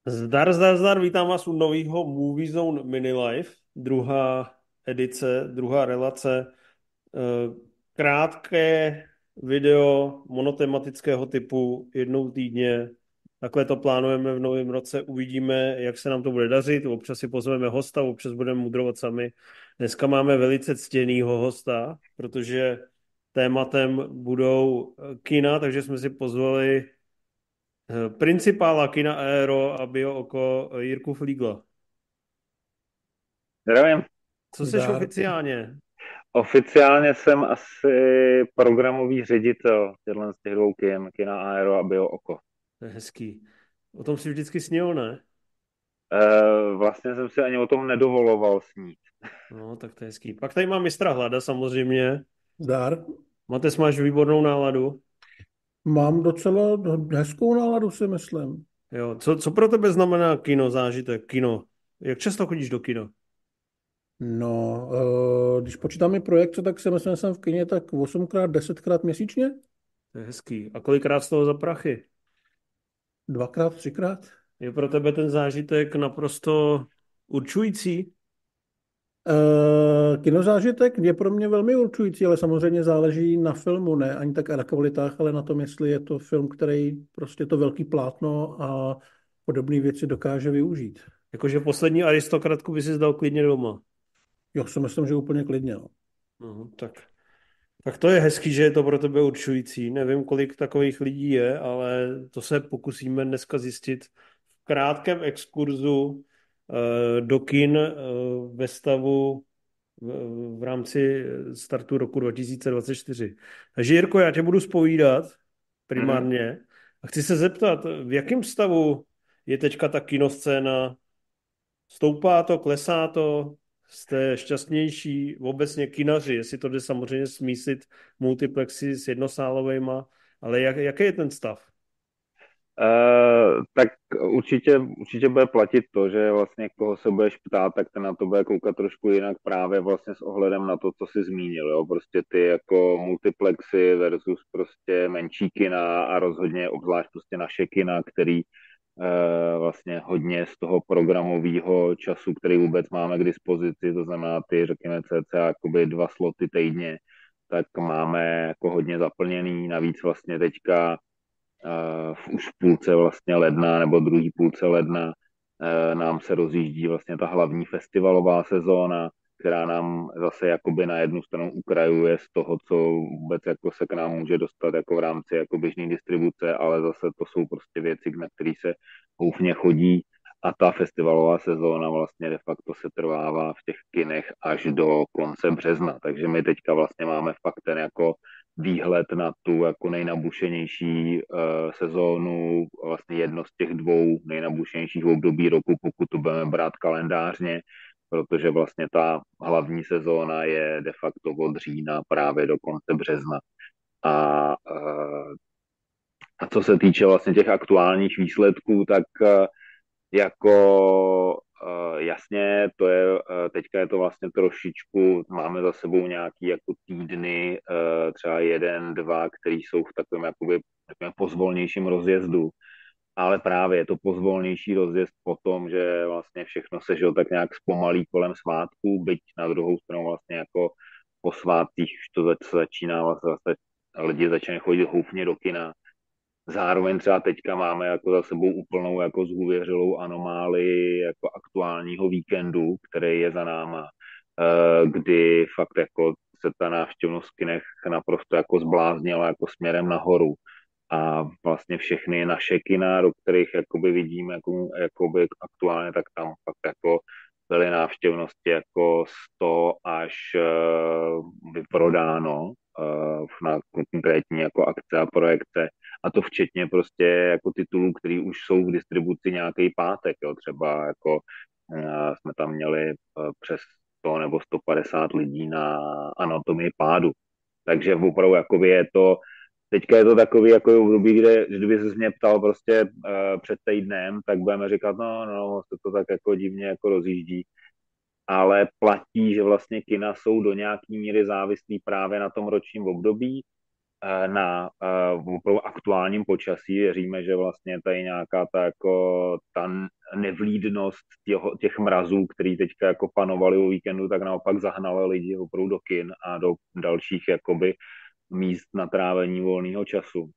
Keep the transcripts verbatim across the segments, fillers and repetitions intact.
Zdar, zdar, zdar, vítám vás u nového Movie Zone Mini Live, druhá edice, druhá relace. Eh, Krátké video monotematického typu jednou týdně. Takhle to plánujeme v novém roce. Uvidíme, jak se nám to bude dařit. Občas si pozveme hosta, občas budeme mudrovat sami. Dneska máme velice ctěnýho hosta, protože tématem budou eh, kina, takže jsme si pozvali Eh, principála kina Aero a Bio Oko eh, Jirku Flígla. Zdravím. Co seš Zdar. oficiálně? Oficiálně jsem asi programový ředitel těchto z těch dvou kin, Kina Aero a Bio Oko. To je hezký. O tom si vždycky snil, ne? E, vlastně jsem si ani o tom nedovoloval snít. No, tak to je hezký. Pak tady mám mistra Hlada samozřejmě. Zdar. Matez, máš výbornou náladu. Mám docela hezkou náladu, si myslím. Jo, co, co pro tebe znamená kino, zážitek, kino? Jak často chodíš do kina? No, eh, když počítáme projekce, tak si myslím, že jsem v kině tak osmkrát, desetkrát měsíčně. To je hezký. A kolikrát z toho za prachy? Dvakrát, třikrát. Je pro tebe ten zážitek naprosto určující? Eh, Kinozážitek je pro mě velmi určující, ale samozřejmě záleží na filmu, ne ani tak na kvalitách, ale na tom, jestli je to film, který prostě to velký plátno a podobné věci dokáže využít. Jakože poslední aristokratku by si zdal klidně doma. Jo, si myslím, že úplně klidně. No. No, tak. Tak to je hezký, že je to pro tebe určující. Nevím, kolik takových lidí je, ale to se pokusíme dneska zjistit v krátkém exkurzu eh, do kin eh, ve stavu v, v rámci startu roku dva tisíce dvacet čtyři. Takže Jirko, já tě budu zpovídat Mhm. primárně a chci se zeptat, v jakém stavu je teďka ta kinoscéna. Stoupá to, klesá to, jste šťastnější, obecně kinaři, jestli to jde samozřejmě smísit multiplexy s jednosálovejma, ale jak, jaký je ten stav? E, tak určitě, určitě bude platit to, že vlastně koho se budeš ptát, tak ten na to bude koukat trošku jinak právě vlastně s ohledem na to, co jsi zmínil. Jo? Prostě ty jako multiplexy versus prostě menší kina a rozhodně obzvlášť prostě naše kina, který eh, vlastně hodně z toho programového času, který vůbec máme k dispozici, to znamená ty, řekněme, cca jakoby dva sloty týdně, tak máme jako hodně zaplněný. Navíc vlastně teďka eh, v už v půlce vlastně ledna nebo druhý půlce ledna eh, nám se rozjíždí vlastně ta hlavní festivalová sezóna, která nám zase jakoby na jednu stranu ukrajuje z toho, co vůbec jako se k nám může dostat jako v rámci jako běžné distribuce, ale zase to jsou prostě věci, na které se houfně chodí a ta festivalová sezóna vlastně de facto se trvává v těch kinech až do konce března, takže my teďka vlastně máme fakt ten jako výhled na tu jako nejnabušenější uh, sezónu, vlastně jedno z těch dvou nejnabušenějších období roku, pokud to budeme brát kalendářně, protože vlastně ta hlavní sezóna je de facto od října právě do konce března. A, uh, a co se týče vlastně těch aktuálních výsledků, tak uh, jako uh, jasně, to je, uh, teďka je to vlastně trošičku, máme za sebou nějaký jako týdny, uh, třeba jeden, dva, který jsou v takovém jakoby takovém pozvolnějším rozjezdu, ale právě je to pozvolnější rozjezd po tom, že vlastně všechno se žil tak nějak zpomalí kolem svátků, byť na druhou stranu vlastně jako po svátcích už to zač- začíná vlastně zase lidi začínají chodit houfně do kina. Zároveň třeba teďka máme jako za sebou úplnou jako zhůvěřilou anomálii jako aktuálního víkendu, který je za náma, eh, kdy fakt jako se ta návštěvnost v kinech naprosto jako zbláznila jako směrem nahoru. A vlastně všechny naše kina, do kterých jakoby vidíme jako, jakoby aktuálně, tak tam fakt jako byly návštěvnosti jako sto až uh, vyprodáno uh, na konkrétní jako akce a projekce. A to včetně prostě jako titulů, který už jsou v distribuci nějaký pátek. Jo. Třeba jako uh, jsme tam měli uh, přes sto nebo sto padesát lidí na anatomii pádu. Takže opravdu jakoby je to teďka je to takový jako období, kde kdyby se mě ptal prostě uh, před týdnem, tak budeme říkat, no, no, se to tak jako divně jako rozjíždí, ale platí, že vlastně kina jsou do nějaký míry závislí právě na tom ročním období, eh, na uh, opravdu aktuálním počasí. Věříme, že vlastně tady nějaká ta, jako, ta nevlídnost těho, těch mrazů, který teďka jako panovaly o víkendu, tak naopak zahnaly lidi opravdu do kin a do dalších jakoby míst na trávení volného času.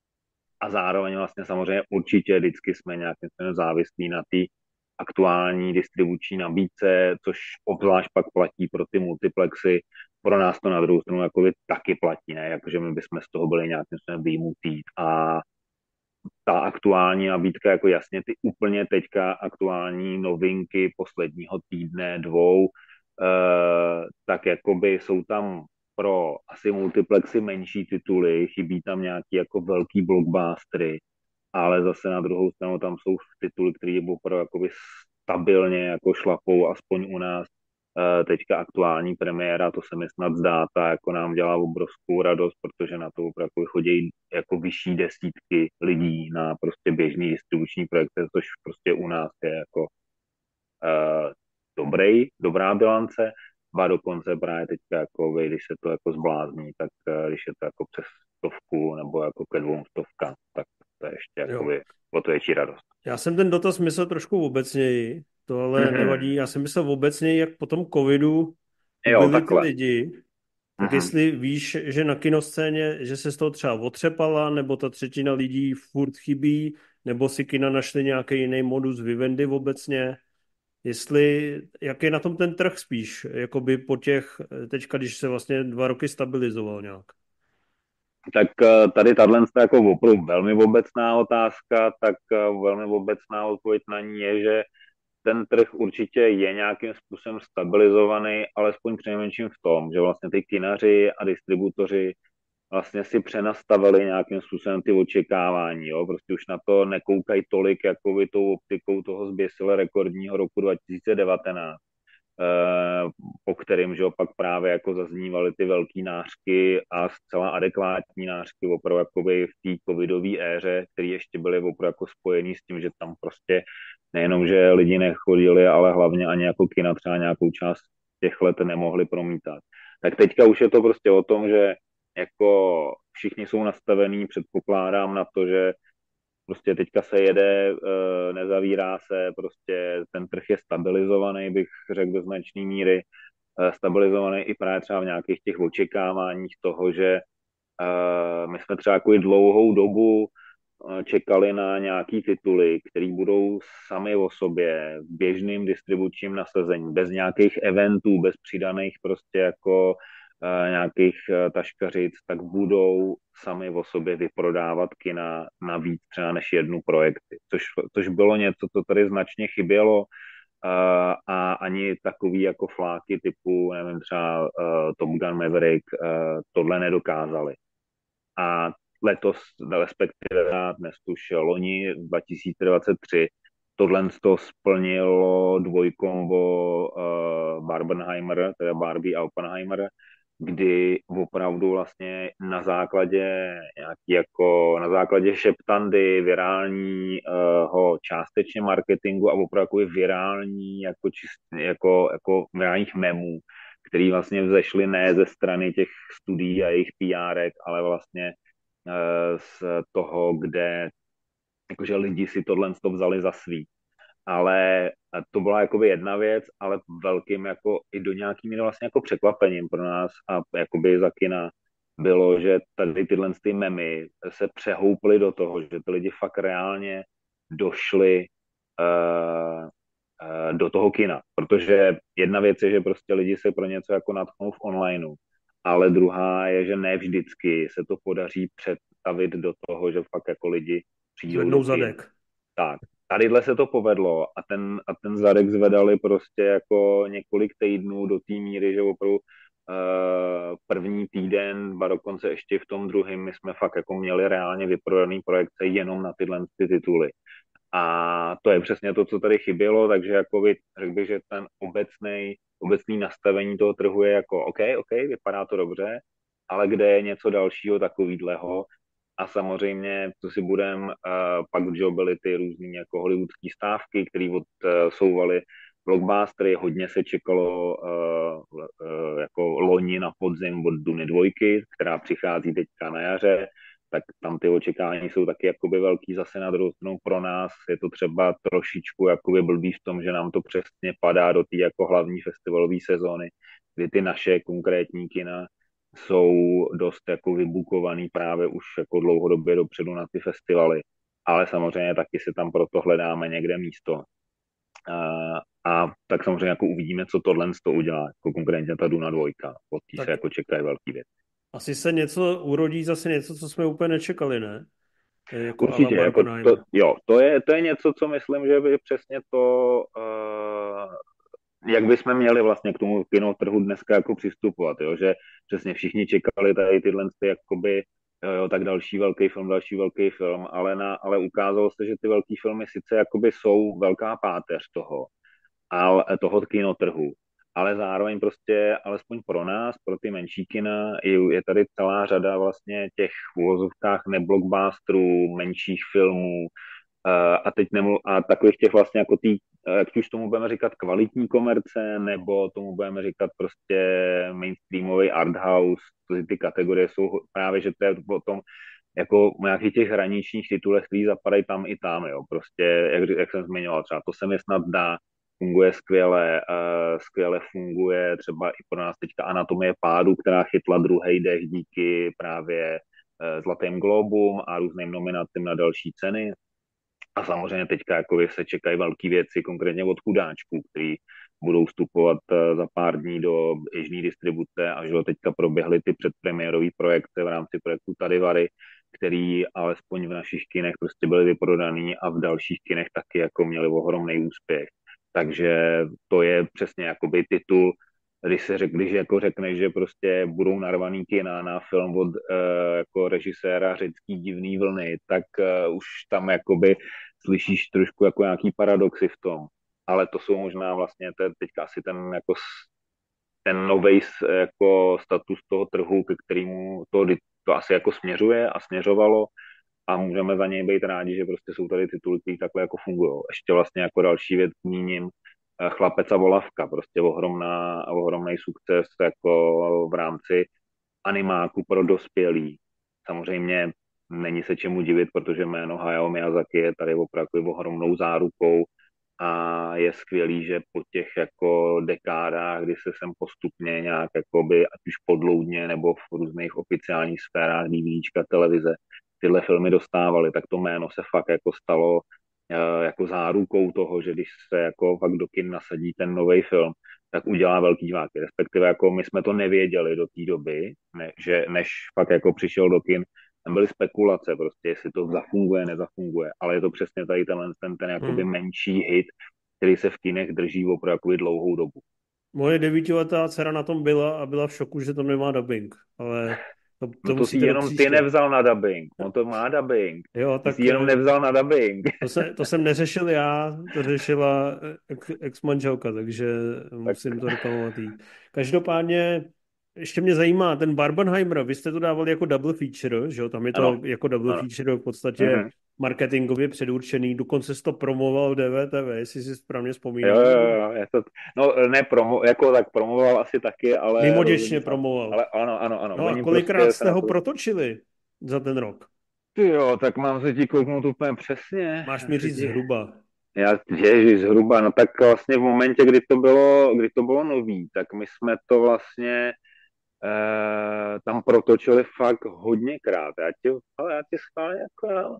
A zároveň vlastně samozřejmě určitě vždycky jsme nějakým způsobem závislí na té aktuální distribuční nabídce, což obzvlášť pak platí pro ty multiplexy. Pro nás to na druhou stranu jako taky platí, ne? Jakože my bychom z toho byli nějakým způsobem výjimutí. A ta aktuální nabídka, jako jasně ty úplně teďka aktuální novinky posledního týdne, dvou, eh, tak jakoby jsou tam pro asi multiplexy menší tituly, chybí tam nějaký jako velký blockbustery, ale zase na druhou stranu tam jsou tituly, které opravdu jakoby stabilně jako šlapou, aspoň u nás. Eh, teďka aktuální premiéra, to se mi snad zdá, ta jako nám dělá obrovskou radost, protože na to opravdu chodí jako vyšší desítky lidí na prostě běžný distribuční projekty, což prostě u nás je jako uh, dobrý, dobrá bilance, a dokonce právě teďka, jako, když se to jako zblázní, tak uh, když je to jako přes stovku nebo jako ke dvou stovkám, tak to je ještě jakoby o to větší radost. Já jsem ten dotaz myslel trošku obecněji, to ale mm-hmm. nevadí. Já jsem myslel obecněji, jak po tom covidu jo, byli ty lidi, tak mm-hmm. jestli víš, že na kinoscéně, že se z toho třeba otřepala, nebo ta třetina lidí furt chybí, nebo si kina našli nějaký jiný modus vivendi obecně, jestli, jak je na tom ten trh spíš, jakoby po těch, teďka, když se vlastně dva roky stabilizoval nějak. Tak tady tahle jako opravdu velmi obecná otázka, tak velmi obecná odpověď na ní je, že ten trh určitě je nějakým způsobem stabilizovaný, alespoň přinejmenším v tom, že vlastně ty kinaři a distributoři vlastně si přenastavili nějakým způsobem ty očekávání. Jo? Prostě už na to nekoukají tolik jako by tou optikou toho zběsile rekordního roku dva tisíce devatenáct, po kterým, že opak právě jako zaznívaly ty velký nářky a zcela adekvátní nářky opravdu jakoby v té covidové éře, které ještě byly opravdu jako spojený s tím, že tam prostě nejenom, že lidi nechodili, ale hlavně ani jako kina třeba nějakou část těch let nemohli promítat. Tak teďka už je to prostě o tom, že jako všichni jsou nastavení, předpokládám na to, že prostě teďka se jede, nezavírá se, prostě ten trh je stabilizovaný, bych řekl do značné míry, stabilizovaný i právě třeba v nějakých těch očekáváních toho, že my jsme třeba jako dlouhou dobu čekali na nějaký tituly, které budou sami o sobě v běžným distribučním nasazení, bez nějakých eventů, bez přidaných prostě jako uh, nějakých uh, taškařic, tak budou sami o sobě vyprodávat kina na víc třeba než jednu projekty, což, což bylo něco, co tady značně chybělo uh, a ani takový jako fláky typu, nevím, třeba uh, Top Gun Maverick uh, tohle nedokázali. A letos, respektive dnes už loni dva tisíce dvacet tři, tohle to splnilo dvojkombo uh, Barbenheimer, teda Barbie a Oppenheimer, kdy opravdu vlastně na základě nějaký jako na základě šeptandy, virálního částečně marketingu a opravdu jako virální jako, čist, jako, jako virálních memů, který vlastně vzešly ne ze strany těch studií a jejich P R ek, ale vlastně z toho, kde jakože lidi si tohle to vzali za svý. Ale to byla jakoby jedna věc, ale velkým jako i do nějaký míry vlastně jako překvapením pro nás a jakoby za kina bylo, že tady tyhle ty memy se přehouply do toho, že ty lidi fakt reálně došli uh, uh, do toho kina. Protože jedna věc je, že prostě lidi se pro něco jako nadchnou v onlineu, ale druhá je, že ne vždycky se to podaří představit do toho, že fakt jako lidi přijdou Zvednou zadek. Tak, tadyhle se to povedlo a ten, a ten zadek zvedali prostě jako několik týdnů do té míry, že opravdu uh, první týden, ba dokonce ještě v tom druhém, my jsme fakt jako měli reálně vyprodaný projekce jenom na tyhle ty tituly. A to je přesně to, co tady chybělo, takže jako by, řekl bych, že ten obecný, obecný nastavení toho trhu je jako OK, OK, vypadá to dobře, ale kde je něco dalšího takovýhleho. A samozřejmě, co si budem, uh, pak už byly ty různý jako hollywoodský stávky, které odsouvaly blockbustery, hodně se čekalo uh, uh, jako Oni na podzim od Duny dvojky, která přichází teďka na jaře, tak tam ty očekávání jsou taky jakoby velký. Zase na druhou stranu pro nás je to třeba trošičku jakoby blbý v tom, že nám to přesně padá do té jako hlavní festivalové sezóny, kdy ty naše konkrétní kina jsou dost jako vybukovaný právě už jako dlouhodobě dopředu na ty festivaly. Ale samozřejmě taky si tam proto hledáme někde místo. A, a tak samozřejmě jako uvidíme, co tohle to udělá, jako konkrétně ta Duna dvojka. Od té se jako čekají velký věc. Asi se něco urodí, zase něco, co jsme úplně nečekali, ne? Jako Určitě, jako to, jo, to je, to je něco, co myslím, že by přesně to, uh, jak bychom měli vlastně k tomu kinotrhu dneska jako přistupovat, jo? Že přesně všichni čekali tady tyhle ty jakoby, jo, jo, tak další velký film, další velký film, ale, na, ale ukázalo se, že ty velký filmy sice jakoby jsou velká páteř toho, ale toho kinotrhu, ale zároveň prostě, alespoň pro nás, pro ty menší kina, je tady celá řada vlastně těch v uvozovkách neblockbusterů, menších filmů, a teď nemlu- a takových těch vlastně jako tý, jak už tomu budeme říkat kvalitní komerce, nebo tomu budeme říkat prostě mainstreamový art house, ty kategorie jsou právě, že to je potom jako nějakých těch hraničních titulech, který zapadají tam i tam, jo, prostě, jak, jak jsem zmiňoval, třeba to se mi snad dá, funguje skvěle, uh, skvěle funguje třeba i pro nás teďka Anatomie pádu, která chytla druhý dech díky právě uh, Zlatým globům a různým nominacím na další ceny. A samozřejmě teďka jako se čekají velké věci, konkrétně od Chudáčků, který budou vstupovat uh, za pár dní do běžné distribuce a že teďka proběhly ty předpremiérové projekce v rámci projektu Tadyvary, který alespoň v našich kinech prostě byly vyprodaný a v dalších kinech taky jako měli ohromný úspěch. Takže to je přesně jakoby titul, když se řek, když jako řekneš, že prostě budou narvaný kina na film od uh, jako režiséra Řecký divný vlny, tak uh, už tam jakoby slyšíš trošku jako nějaký paradoxy v tom. Ale to jsou možná vlastně te, teďka asi ten jako ten novej jako status toho trhu, ke kterému to, to asi jako směřuje a směřovalo a můžeme za něj být rádi, že prostě jsou tady tituly, které takhle jako fungují. Ještě vlastně jako další věc zmíním Chlapec a volavka, prostě ohromná, ohromný sukces jako v rámci animáku pro dospělí. Samozřejmě není se čemu divit, protože jméno Hayao Miyazaki je tady opravdu ohromnou zárukou a je skvělý, že po těch jako dekádách, kdy se sem postupně nějak jakoby, ať už podloudně nebo v různých oficiálních sférách DVDčka, televize, tyhle filmy dostávaly, tak to jméno se fakt jako stalo jako zárukou toho, že když se jako fakt do kin nasadí ten nový film, tak udělá velký diváky. Respektive jako my jsme to nevěděli do té doby, ne, že než fakt jako přišel do kin, tam byly spekulace prostě, jestli to zafunguje, nezafunguje, ale je to přesně tady ten, ten, ten jakoby hmm. menší hit, který se v kinech drží opravdu dlouhou dobu. Moje devítiletá dcera na tom byla a byla v šoku, že tam nemá dubbing, ale to, to, no to si jenom ty nevzal na dubbing, on to má dubbing, jo, tak ty si jenom nevzal na dubbing. To, se, to jsem neřešil já, to řešila ex-manželka, takže tak. Musím to reklamovat jí. Každopádně ještě mě zajímá, ten Barbenheimer, vy jste to dávali jako double feature, že jo, tam je to ano. jako double ano. feature v podstatě mm-hmm. marketingově předurčený, dokonce jsi to promoval v D V T V, jestli si správně vzpomínám. Jo, jo, jo, je to, no ne promo, jako tak promoval asi taky, ale... Mimoděčně promoval. Ale ano, ano, ano. No a kolikrát prostě jste ho to... protočili za ten rok? Ty jo, tak mám se ti kouknout úplně přesně. Máš mi říct zhruba. Já, ježiš, zhruba, no tak vlastně v momentě, kdy to bylo, kdy to bylo nový, tak my jsme to vlastně eh, tam protočili fakt hodněkrát. Já ti, ale já ti schválně jako,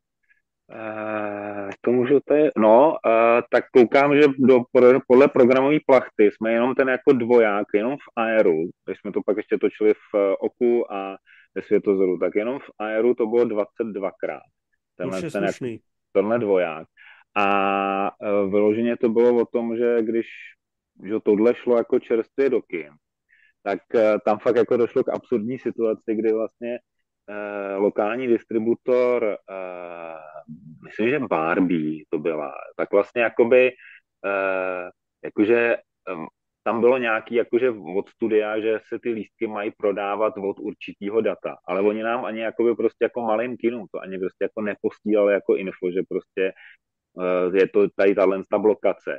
eh, to můžu tady, no, eh, tak koukám, že do, podle programové plachty jsme jenom ten jako dvoják, jenom v Aeru, když jsme to pak ještě točili v Oku a ve Světozoru, tak jenom v Aeru to bylo dvacet dvakrát. Tenhle, ten jako, tenhle dvoják. A uh, vyloženě to bylo o tom, že když že tohle šlo jako čerstvě do kin, tak uh, tam fakt jako došlo k absurdní situaci, kdy vlastně uh, lokální distributor, uh, myslím, že Barbie to byla, tak vlastně jakoby, uh, jakože um, tam bylo nějaký jakože od studia, že se ty lístky mají prodávat od určitýho data, ale oni nám ani jakoby prostě jako malým kinům to ani prostě jako nepostílali jako info, že prostě je to tady tahle ta blokace.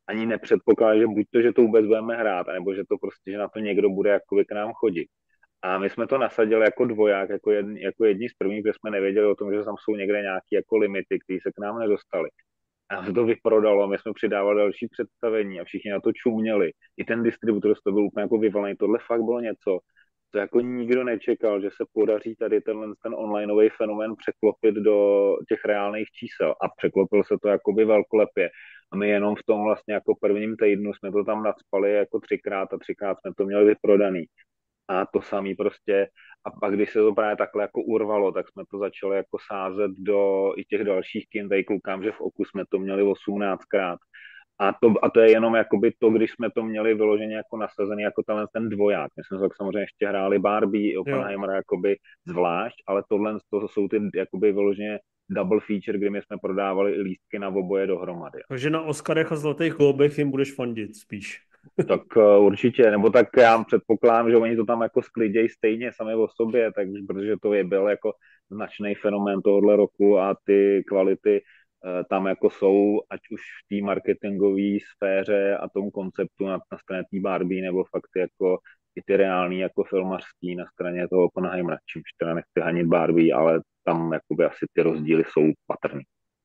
ani nepředpokládali, že buď to, že to vůbec budeme hrát, nebo že to prostě, že na to někdo bude jakoby k nám chodit. A my jsme to nasadili jako dvoják, jako, jedni, jako jedni z prvních, kde jsme nevěděli o tom, že tam jsou někde nějaké jako limity, které se k nám nedostaly. A se to vyprodalo, my jsme přidávali další představení a všichni na to čuměli. I ten distributor to byl úplně jako vyvalený. Tohle fakt bylo něco, co jako nikdo nečekal, že se podaří tady tenhle ten onlineový fenomén překlopit do těch reálných čísel. A překlopil se to jakoby velkolepě. A my jenom v tom vlastně jako prvním týdnu jsme to tam nacpali jako třikrát a třikrát jsme to měli vyprodaný. A to samý prostě, a pak když se to právě takhle jako urvalo, tak jsme to začali jako sázet do i těch dalších kin, tady koukám, že v Oku jsme to měli osmnáctkrát. A to, a to je jenom jakoby to, když jsme to měli vyloženě jako nasazený jako tenhle ten dvoják. My jsme tak samozřejmě ještě hráli Barbie i Jo. Oppenheimera jakoby zvlášť, ale tohle to jsou ty jakoby vyloženě double feature, kdy my jsme prodávali i lístky na oboje dohromady. Takže na Oscarech a Zlatých globech jim budeš fandit spíš. Tak uh, určitě, nebo tak já předpokládám, že oni to tam jako sklidějí stejně sami o sobě, tak, protože to je byl jako značný fenomén tohohle roku a ty kvality uh, tam jako jsou, ať už v té marketingové sféře a tom konceptu na, na straně té Barbie, nebo fakt jako i ty reální jako filmařský na straně toho Oppenheimera, čímž teda nechci hanit Barbie, ale tam jakoby asi ty rozdíly jsou patrný.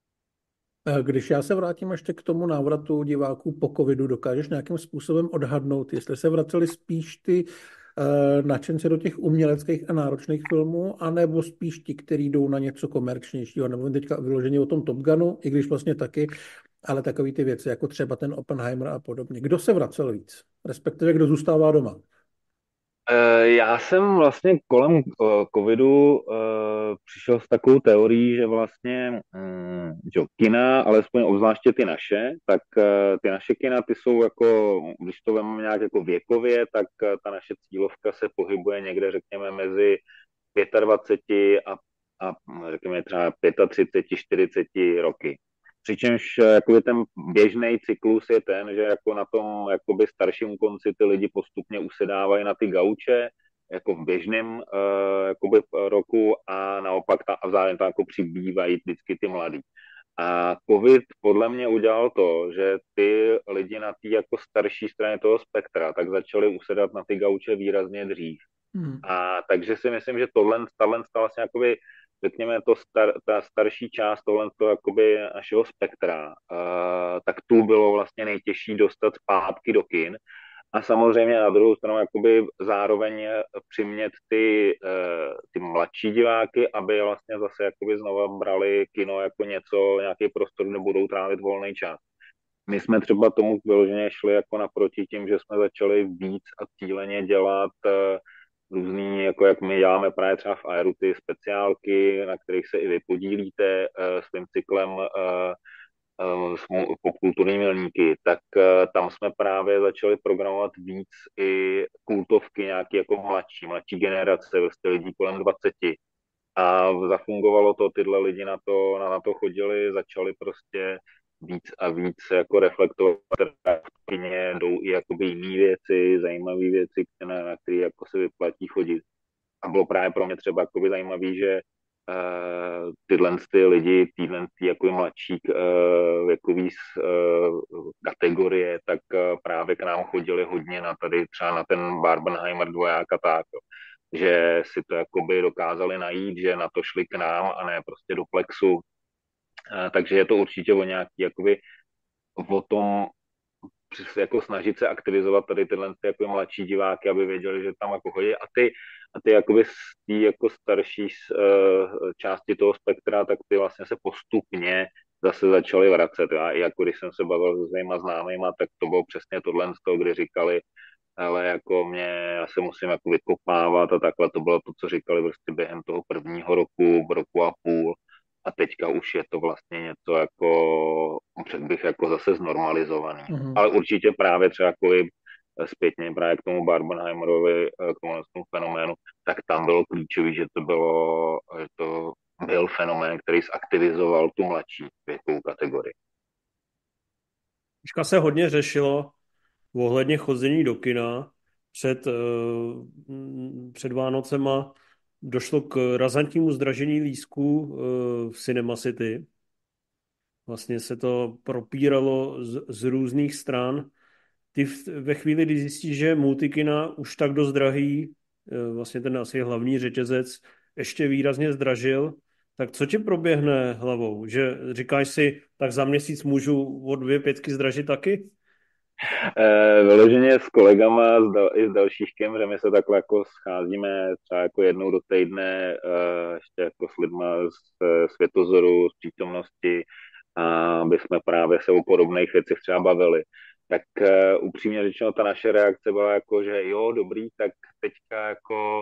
Když já se vrátím ještě k tomu návratu diváků po covidu, dokážeš nějakým způsobem odhadnout, jestli se vraceli spíš ty uh, nadšenci do těch uměleckých a náročných filmů, anebo spíš ti, kteří jdou na něco komerčnějšího, nebo teďka vyloženě o tom Top Gunu, i když vlastně taky, ale takový ty věci, jako třeba ten Oppenheimer a podobně. Kdo se vracel víc? Respektive kdo zůstává doma? Eh, Já jsem vlastně kolem eh, covidu eh, přišel s takovou teorií, že vlastně mm, že jo, kina, alespoň obzvláště ty naše, tak eh, ty naše kina, ty jsou jako, když to vezmeme nějak jako věkově, tak eh, ta naše cílovka se pohybuje někde, řekněme, mezi dvacet pět a, a řekněme třeba třicet pět, čtyřicet roky. Přičemž eh, jakoby ten běžný cyklus je ten, že jako na tom jakoby starším konci ty lidi postupně usedávají na ty gauče, jako v běžném uh, jakoby roku a naopak ta, a vzájem tam jako přibývají vždycky ty mladí. A COVID podle mě udělal to, že ty lidi na té jako starší straně toho spektra tak začali usedat na ty gauče výrazně dřív. Hmm. A takže si myslím, že tohle, tohle vlastně jakoby, řekněme, to star, ta starší část tohle to jakoby našeho spektra, uh, tak tu bylo vlastně nejtěžší dostat zpátky do kin. A samozřejmě na druhou stranu jakoby zároveň přimět ty, uh, ty mladší diváky, aby vlastně zase jakoby znova brali kino jako něco, nějaký prostor, kde budou trávit volný čas. My jsme třeba tomu vyloženě šli jako naproti tím, že jsme začali víc a cíleně dělat uh, různý, jako jak my děláme právě třeba v Aeru ty speciálky, na kterých se i vy podílíte uh, svým cyklem uh, uh, popkulturní milníky, tak uh, tam jsme právě začali programovat víc i kultovky nějaký jako mladší, mladší generace, vlastně lidí kolem dvaceti. A zafungovalo to, tyhle lidi na to, na, na to chodili, začali prostě víc a víc jako reflektovat, v kině jdou i jakoby jiné věci, zajímavé věci, na, na které jako se vyplatí chodit. A bylo právě pro mě třeba jakoby zajímavý, že uh, tyhle ty lidi, tyhle ty jako mladší uh, věkový uh, kategorie, tak uh, právě k nám chodili hodně na tady třeba na ten Barbenheimer dvoják a tak. Jo, že si to jakoby dokázali najít, že na to šli k nám a ne prostě do Plexu. A, takže je to určitě o nějaký, jakoby o tom jako snažit se aktivizovat tady tyhle ty jako mladší diváky, aby věděli, že tam jako chodí. A ty, a ty jakoby z té jako starší uh, části toho spektra, tak ty vlastně se postupně zase začaly vracet. Já i jako když jsem se bavil s svýma známýma, tak to bylo přesně tohle z toho, kdy říkali, ale jako mě, já se musím jako vykopávat a takhle, to bylo to, co říkali prostě během toho prvního roku, roku a půl a teďka už je to vlastně něco jako, řekl bych, jako zase znormalizovaný. Mhm. Ale určitě právě třeba jako i zpětně právě k tomu Barbenheimerovi, k tomu, k tomu fenoménu, tak tam bylo klíčový, že to bylo, že to byl fenomén, který zaktivizoval tu mladší věkovou kategorii. Teďka se hodně řešilo ohledně chození do kina. Před, eh, před Vánocema došlo k razantnímu zdražení lístků eh, v Cinema City. Vlastně se to propíralo z, z různých stran. Ty v, ve chvíli, kdy zjistíš, že Multikina už tak dost drahý, eh, vlastně ten asi hlavní řetězec, ještě výrazně zdražil, tak co ti proběhne hlavou? Že říkáš si, tak za měsíc můžu o dvě pětky zdražit taky? Eh, vyloženě s kolegama z dal, i z dalších kem, že my se takhle jako scházíme třeba jako jednou do týdne, eh, ještě jako s lidma z eh, světozoru, z přítomnosti, a aby jsme právě se o podobných věcech třeba bavili. Tak uh, upřímně řečeno, ta naše reakce byla jako, že jo, dobrý, tak teďka jako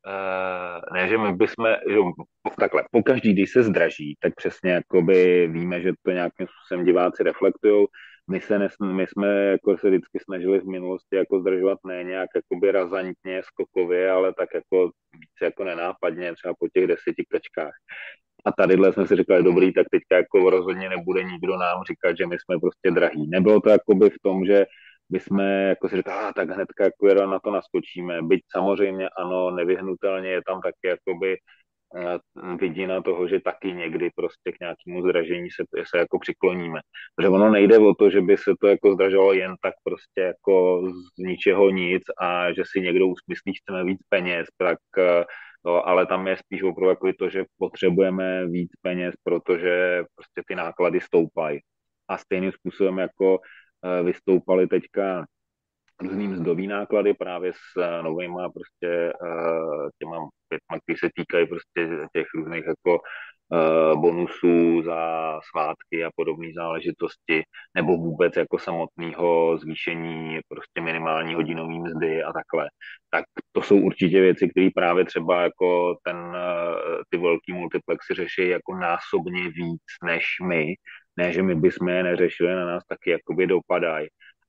uh, ne, že my bychom, že takhle, pokaždý, když se zdraží, tak přesně jakoby víme, že to nějakým způsobem diváci reflektují. My, se nes, my jsme jako se vždycky snažili v minulosti jako zdražovat ne nějak jakoby razantně, skokově, ale tak jako více jako nenápadně, třeba po těch deseti kačkách. A tadyhle jsme si říkali, dobrý, tak teďka jako rozhodně nebude nikdo nám říkat, že my jsme prostě drahý. Nebylo to jakoby v tom, že by jsme jako si říkali, ah, tak hnedka jako na to naskočíme. Byť samozřejmě ano, nevyhnutelně je tam taky jakoby eh, vidina toho, že taky někdy prostě k nějakému zdražení se, se jako přikloníme. Protože ono nejde o to, že by se to jako zdražovalo jen tak prostě jako z ničeho nic a že si někdo usmyslí, chceme víc peněz, tak eh, no, ale tam je spíš opravdu jako to, že potřebujeme víc peněz, protože prostě ty náklady stoupají. A stejným způsobem jako eh, vystoupaly teďka různý mzdový náklady právě s uh, novýma prostě uh, těma věcma, které se týkají prostě těch různých jako uh, bonusů za svátky a podobné záležitosti, nebo vůbec jako samotného zvýšení prostě minimální hodinové mzdy a takhle. Tak to jsou určitě věci, které právě třeba jako ten, uh, ty velký multiplexy řeší jako násobně víc než my. Ne, že my bychom je neřešili, na nás taky jakoby dopadají,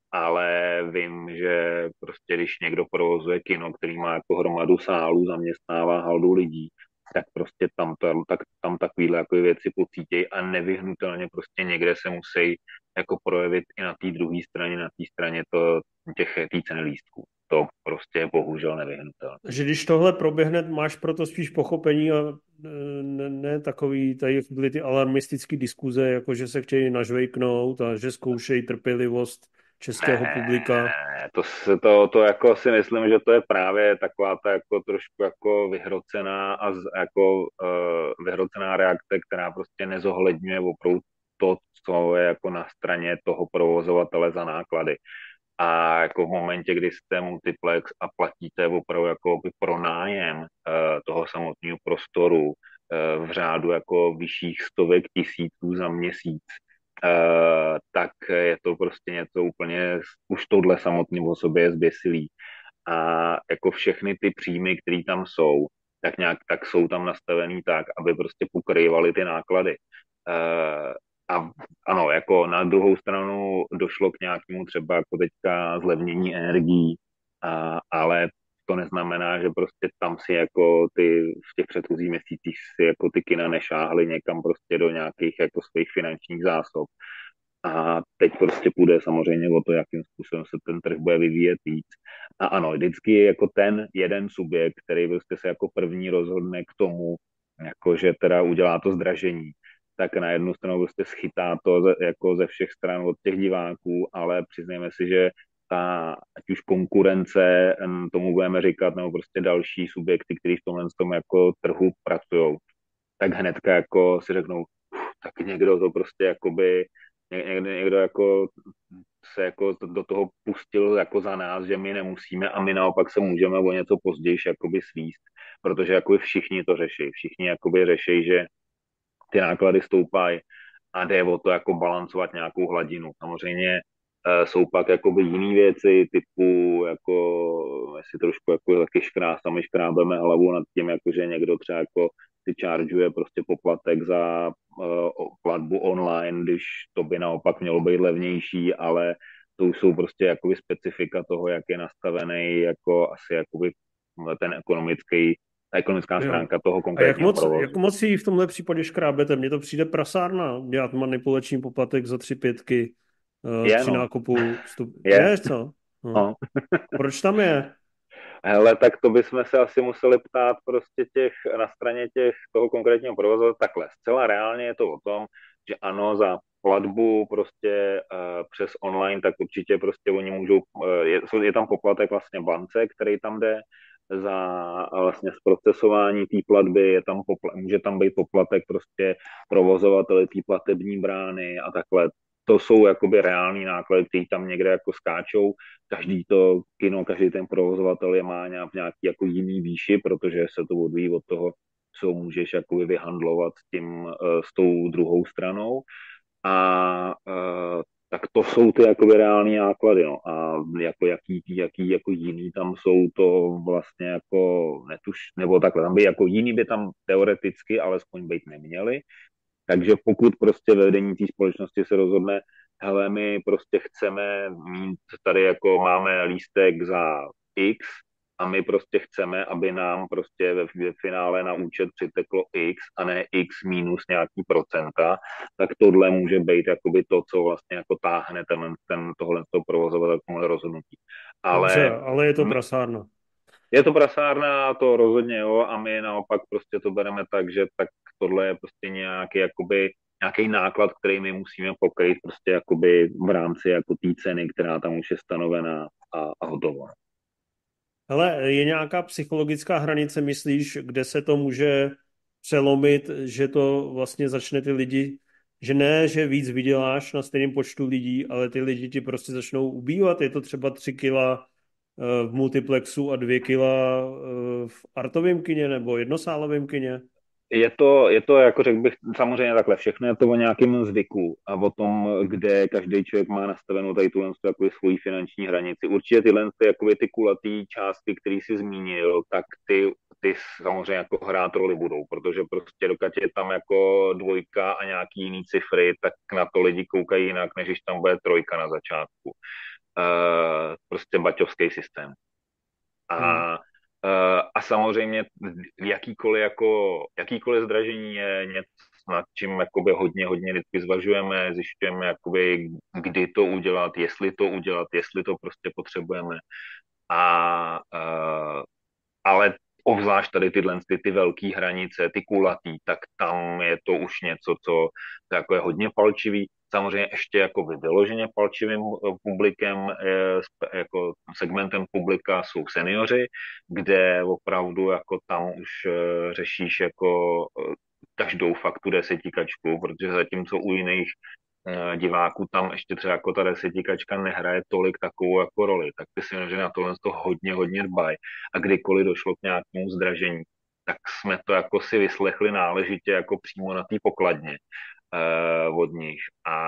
ale vím, že prostě když někdo provozuje kino, který má jako hromadu sálů, zaměstnává haldu lidí, tak prostě tam, to, tak, tam takovýhle jako věci pocítějí a nevyhnutelně prostě někde se musí jako projevit i na té druhé straně, na té straně to, těch tý ceny lístků. To prostě je bohužel nevyhnutelné. Že když tohle proběhne, máš proto spíš pochopení a e, ne, ne takový, tady byly ty alarmistické diskuze, jako že se chtějí nažvejknout a že zkoušejí trpělivost českého Ne, publika. to, se- to, to jako si myslím, že to je právě taková ta jako trošku jako vyhrocená a z, jako uh, vyhrocená reakce, která prostě nezohledňuje opravdu to, co je jako na straně toho provozovatele za náklady. A jako v momentě, kdy jste multiplex a platíte opravdu jako by pro nájem uh, toho samotného prostoru uh, v řádu jako vyšších stovek tisíců za měsíc, uh, tak je to prostě něco úplně, už tohle samotný o sobě je zběsilý. A jako všechny ty příjmy, které tam jsou, tak nějak tak jsou tam nastavený tak, aby prostě pokrývaly ty náklady. Uh, a ano, jako na druhou stranu došlo k nějakému třeba jako teďka zlevnění energií, a, ale to neznamená, že prostě tam si jako ty v těch předchozích měsících si jako ty kina nešáhly někam prostě do nějakých jako svých finančních zásob. A teď prostě půjde samozřejmě o to, jakým způsobem se ten trh bude vyvíjet víc. A ano, vždycky je jako ten jeden subjekt, který prostě se jako první rozhodne k tomu, jako že teda udělá to zdražení, tak na jednu stranu prostě schytá to ze, jako ze všech stran od těch diváků, ale přiznejme si, že ta, ať už konkurence, tomu budeme říkat, nebo prostě další subjekty, kteří v tomhle tom jako trhu pracují, tak hnedka jako si řeknou, tak někdo to prostě jakoby někdo, někdo jako se jako do toho pustil jako za nás, že my nemusíme a my naopak se můžeme o něco později jakoby svíst, protože jakoby všichni to řeší, všichni jakoby řeší, že ty náklady stoupají a jde o to jako balancovat nějakou hladinu. Samozřejmě uh, jsou pak jakoby jiné věci typu jako my si trošku jako taky škrá, sami škrábeme hlavu nad tím, jako že někdo třeba jako si chargeuje prostě poplatek za uh, platbu online, když to by naopak mělo být levnější, ale to už jsou prostě jakoby specifika toho, jak je nastavený jako asi jakoby ten ekonomický ta ekonomická Jo. stránka toho A jak konkrétního moc, provozu. jak moc si v tomhle případě škrábete? Mně to přijde prasárna dělat manipulační poplatek za tři pětky uh, Je, při no. nákupu vstup. Je. Je, co? No. No. Proč tam je? Hele, tak to bychom se asi museli ptát prostě těch, na straně těch toho konkrétního provozu takhle. Zcela reálně je to o tom, že ano, za platbu prostě uh, přes online, tak určitě prostě oni můžou, uh, je, je tam poplatek vlastně bance, který tam jde za vlastně zprocesování té platby, je tam popla- může tam být poplatek prostě provozovateli té platební brány a takhle. To jsou jakoby reální náklady, které tam někde jako skáčou. Každý to kino, každý ten provozovatel je má nějak, nějaký jako jiný výši, protože se to odvíjí od toho, co můžeš jakoby vyhandlovat s tím, eh, s tou druhou stranou. A uh, tak to jsou ty jakoby reální náklady, no. A jako jaký, jaký jako jiný tam jsou, to vlastně jako netuš, nebo takhle, tam by jako jiný by tam teoreticky alespoň být neměli. Takže pokud prostě vedení té společnosti se rozhodne, hele, my prostě chceme mít tady jako máme lístek za X a my prostě chceme, aby nám prostě ve, ve finále na účet přiteklo X a ne X minus nějaký procenta, tak tohle může být jakoby to, co vlastně jako táhne ten, ten tohle to provozovatel k tomuhle rozhodnutí. Dobře, Ale ale je to prasárna. je to prasárna, to rozhodně jo, a my naopak prostě to bereme tak, že tak tohle je prostě nějaký jakoby nějaký náklad, který my musíme pokrýt prostě jakoby v rámci jako té ceny, která tam už je stanovená a, a hotovo. Ale je nějaká psychologická hranice, myslíš, kde se to může přelomit, že to vlastně začne ty lidi, že ne, že víc vyděláš na stejném počtu lidí, ale ty lidi ti prostě začnou ubývat. Je to třeba tři kila eh, v multiplexu a dvě kila eh, v artovém kině nebo jednosálovém kině? Je to, je to, jako řekl bych, samozřejmě takhle, všechno je to o nějakém zvyku a o tom, kde každý člověk má nastavenou tady tuhle jako svoji finanční hranici. Určitě tyhle jakoby, ty kulatý částky, které jsi zmínil, tak ty, ty samozřejmě jako hrát roli budou, protože prostě dokud je tam jako dvojka a nějaký jiný cifry, tak na to lidi koukají jinak, než když tam bude trojka na začátku. Uh, prostě baťovský systém. Hmm. A Uh, a samozřejmě jakýkoliv, jako, jakýkoliv zdražení je něco, nad čím jakoby hodně, hodně vždycky zvažujeme, zjišťujeme, jakoby, kdy to udělat, jestli to udělat, jestli to prostě potřebujeme. A, uh, ale obzvlášť tady tyhle ty, ty velké hranice, ty kulatý, tak tam je to už něco, co to jako je hodně palčivý. Samozřejmě ještě jako vyloženě palčivým publikem, jako segmentem publika jsou seniori, kde opravdu jako tam už eh, řešíš jako eh, každou fakt tu desetičku, protože zatímco u jiných eh, diváků tam ještě třeba jako ta desetička nehraje tolik takovou jako roli, tak ty si že na tohle to hodně, hodně dbají. A kdykoliv došlo k nějakému zdražení, tak jsme to jako si vyslechli náležitě jako přímo na té pokladně uh, od nich.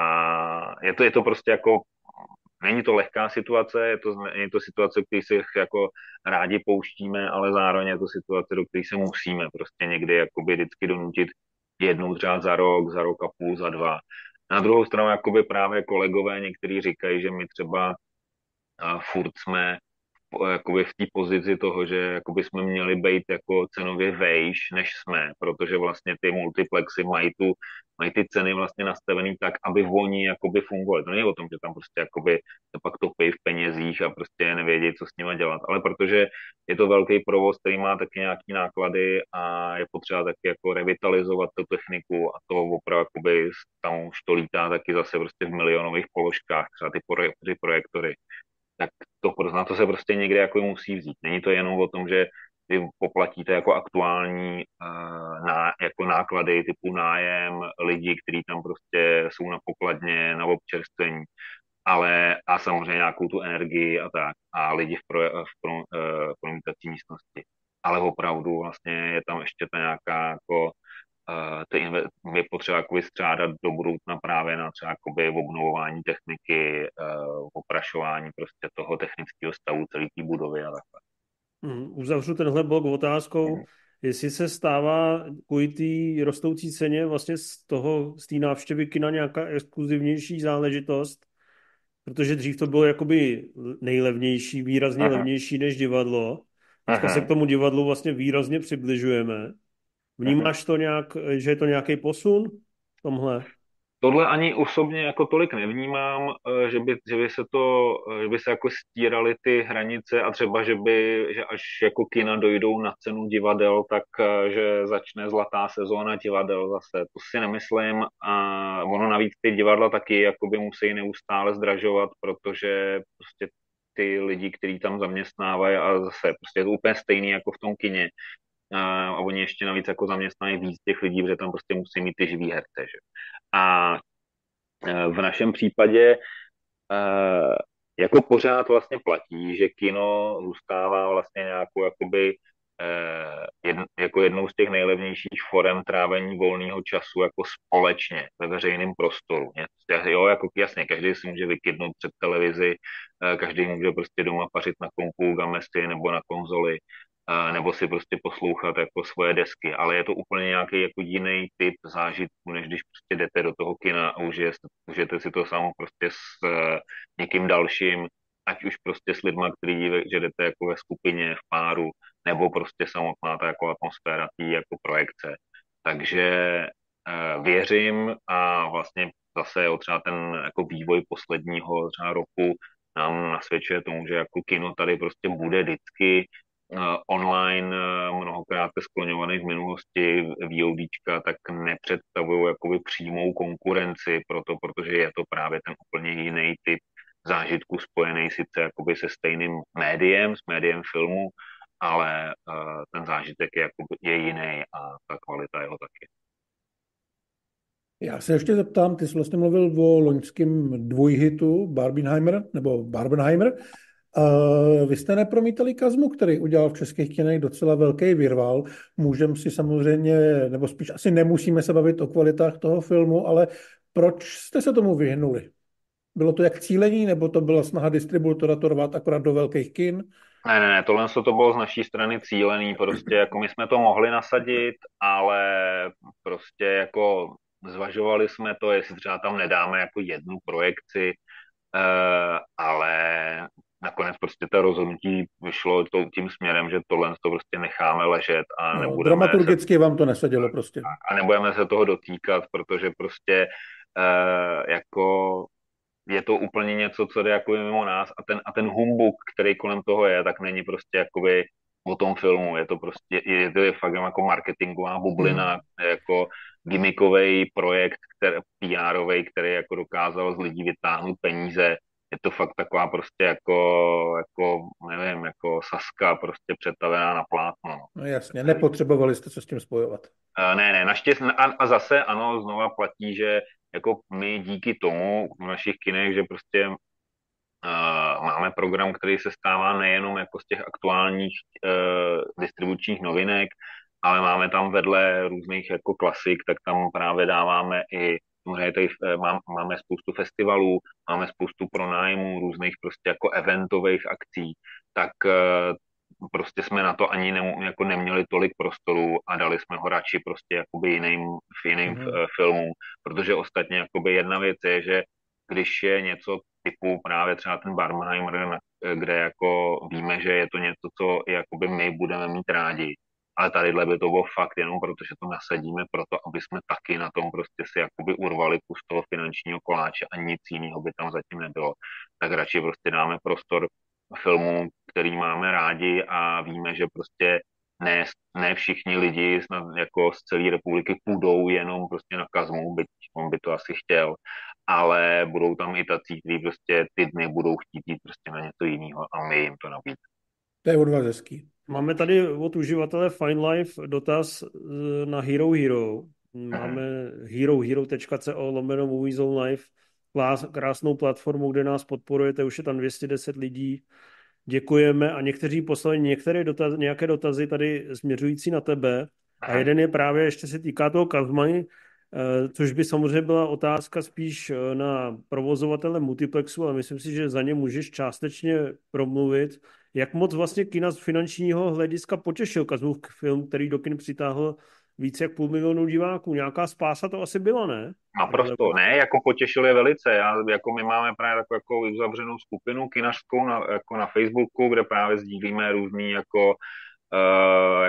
A je to, je to prostě jako, není to lehká situace, je to, je to situace, který si jako rádi pouštíme, ale zároveň je to situace, do které se musíme prostě někdy jakoby vždycky donutit jednou třeba za rok, za rok a půl, za dva. Na druhou stranu jakoby právě kolegové někteří říkají, že my třeba uh, furt jsme jakoby v té pozici toho, že jakoby jsme měli být jako cenově vejš, než jsme, protože vlastně ty multiplexy mají, tu, mají ty ceny vlastně nastavený tak, aby oni jakoby fungovali. To není o tom, že tam prostě jakoby se pak topí v penězích a prostě nevědí, co s nimi dělat, ale protože je to velký provoz, který má taky nějaký náklady a je potřeba taky jako revitalizovat tu techniku a to opravdu jakoby tam už to lítá taky zase prostě v milionových položkách, třeba ty, proje- ty projektory, tak to, na to se prostě někde jako musí vzít. Není to jenom o tom, že vy poplatíte jako aktuální uh, ná, jako náklady typu nájem, lidi, kteří tam prostě jsou na pokladně, na občerstvení, ale a samozřejmě nějakou tu energii a tak, a lidi v, pro, v pro, uh, promítací místnosti. Ale opravdu vlastně je tam ještě ta nějaká jako Uh, ty inve- je potřeba jakoby střádat do budoucna právě na třeba jakoby obnovování techniky, uh, oprašování prostě toho technického stavu celé té budovy a takhle. Hmm. Uzavřu tenhle blok otázkou, jestli se stává kvůli té rostoucí ceně vlastně z toho, z té návštěvy kina nějaká exkluzivnější záležitost, protože dřív to bylo jakoby nejlevnější, výrazně Aha, levnější než divadlo. Teďka se k aha, tomu divadlu vlastně výrazně přibližujeme. aha. Vnímáš to nějak, že je to nějaký posun v tomhle? Tohle ani osobně jako tolik nevnímám, eh, že by, že by se to, eh, že by se jako stíraly ty hranice a třeba, že by, že až jako kina dojdou na cenu divadel, tak eh, že začne zlatá sezóna divadel zase. To si nemyslím a ono navíc ty divadla taky jakoby musí neustále zdražovat, protože prostě ty lidi, kteří tam zaměstnávají a zase prostě je to úplně stejný jako v tom kině. A, a oni ještě navíc jako zaměstnají víc těch lidí, protože tam prostě musí mít ty živý herce, že? A e, v našem případě e, jako pořád vlastně platí, že kino zůstává vlastně nějakou jakoby e, jedn, jako jednou z těch nejlevnějších forem trávení volného času jako společně ve veřejném prostoru. Ně- Jo, jako jasně, každý si může vykydnout před televizi, e, každý může prostě doma pařit na kompu, gamesy nebo na konzoli, a nebo si prostě poslouchat jako svoje desky, ale je to úplně nějaký jako jiný typ zážitku, než když prostě jdete do toho kina a užije, užijete si to samo prostě s uh, někým dalším, ať už prostě s lidma, který že jdete jako ve skupině, v páru, nebo prostě samotná ta jako atmosféra tý jako projekce. Takže uh, věřím a vlastně zase jo, třeba ten jako vývoj posledního třeba roku nám nasvědčuje tomu, že jako kino tady prostě bude vždycky, online mnohokrát skloňovaný v minulosti VODčka, tak nepředstavují jakoby přímou konkurenci proto, protože je to právě ten úplně jiný typ zážitku spojený sice jakoby se stejným médiem, s médiem filmu, ale uh, ten zážitek je, jakoby, je jiný a ta kvalita jeho taky. Já se ještě zeptám, ty jsi vlastně mluvil o loňském dvojhitu Barbenheimer, nebo Barbenheimer. Uh, vy jste nepromítali Kazmu, který udělal v českých kinech docela velký virvál. Můžeme si samozřejmě, nebo spíš asi nemusíme se bavit o kvalitách toho filmu, ale proč jste se tomu vyhnuli? Bylo to jak cílení, nebo to byla snaha distributora to rvat akorát do velkých kin? Ne, ne, ne, tohle to bylo z naší strany cílený, prostě jako my jsme to mohli nasadit, ale prostě jako zvažovali jsme to, jestli třeba tam nedáme jako jednu projekci, eh, ale nakonec prostě to rozhodnutí vyšlo tím směrem, že tohle to prostě necháme ležet a No, nebudeme se, dramaturgicky vám to nesedělo prostě. a nebudeme se toho dotýkat, protože prostě eh, jako je to úplně něco, co jde jako mimo nás a ten, a ten humbuk, který kolem toho je, tak není prostě jakoby o tom filmu, je to prostě, je to je fakt jako marketingová Hmm. bublina, jako gimmickový projekt, který, P R-ový, který jako dokázal z lidí vytáhnout peníze, je to fakt taková prostě jako, jako nevím, jako Saska prostě přetavená na plátno. No. No jasně, nepotřebovali jste se s tím spojovat. Uh, ne, ne, naštěstí, a, a zase ano, znova platí, že jako my díky tomu v našich kinech, že prostě uh, máme program, který se stává nejenom jako z těch aktuálních uh, distribučních novinek, ale máme tam vedle různých jako klasik, tak tam právě dáváme i tady, má, máme spoustu festivalů, máme spoustu pronájmů, různých prostě jako eventových akcí, tak uh, prostě jsme na to ani ne, jako neměli tolik prostoru a dali jsme ho radši prostě jakoby jiným, v jiným Mhm. filmům, protože ostatně jakoby jedna věc je, že když je něco typu právě třeba ten Barbenheimer, kde jako víme, že je to něco, co jakoby my budeme mít rádi, ale tadyhle by to bylo fakt jenom proto, že to nasadíme proto, aby jsme taky na tom prostě si jakoby urvali kus toho finančního koláče a nic jiného by tam zatím nebylo. Tak radši prostě dáme prostor filmů, který máme rádi a víme, že prostě ne, ne všichni lidi snad jako z celé republiky půjdou jenom prostě na Kazmu, byť on by to asi chtěl, ale budou tam i tací, kteří prostě ty dny budou chtít jít prostě na něco jiného a my jim to nabídneme. To je od vás hezký. Máme tady od uživatele Fine Life dotaz eh, na Hero Hero. Mhm. Máme herohero tečka co lomeno Movies Zone Live, Klás- krásnou platformu, kde nás podporujete, už je tam dvě stě deset lidí. Děkujeme a někteří poslali některé dotaz, nějaké dotazy tady směřující na tebe a Mhm. jeden je právě, ještě se týká toho Kazmany, eh, což by samozřejmě byla otázka spíš eh, na provozovatele multiplexu, ale myslím si, že za ně můžeš částečně promluvit. Jak moc vlastně kina z finančního hlediska potěšil Kazmův film, který do kin přitáhl více jak půl milionu diváků? Nějaká spása to asi byla, ne? Naprosto, ne, jako potěšil je velice. Já, jako my máme právě takovou jako uzavřenou skupinu kinařskou na, jako na Facebooku, kde právě sdílíme různý jako uh, jako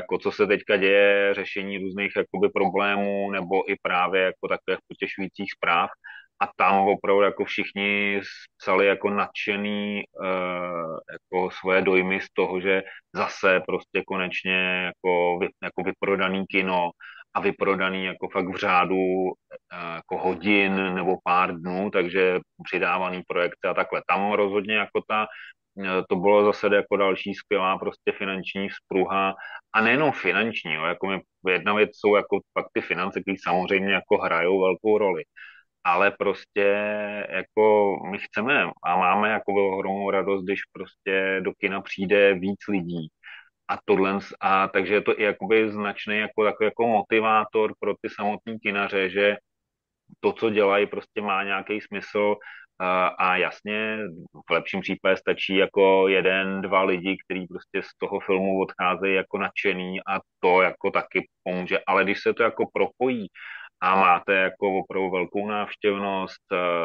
jako co se teďka děje, řešení různých jakoby problémů nebo i právě jako takových potěšujících zpráv. A tam opravdu jako všichni psali jako nadšený uh, jako svoje dojmy z toho, že zase prostě konečně jako, vy, jako vyprodaný kino a vyprodaný jako fakt v řádu uh, jako hodin nebo pár dnů, takže přidávaný projekty a takhle. Tam rozhodně jako ta to bylo zase jako další skvělá prostě finanční spruha a nejenom finanční, jo, jako my, jedna věc jsou jako fakt ty finance, které samozřejmě jako hrajou velkou roli, ale prostě jako my chceme a máme jako ohromnou radost, když prostě do kina přijde víc lidí. A tohle, a takže je to i jakoby značný jako, jako, jako motivátor pro ty samotný kinaře, že to, co dělají, prostě má nějaký smysl a, a jasně, v lepším případě stačí jako jeden, dva lidi, kteří prostě z toho filmu odcházejí jako nadšený a to jako taky pomůže, ale když se to jako propojí a máte jako opravdu velkou návštěvnost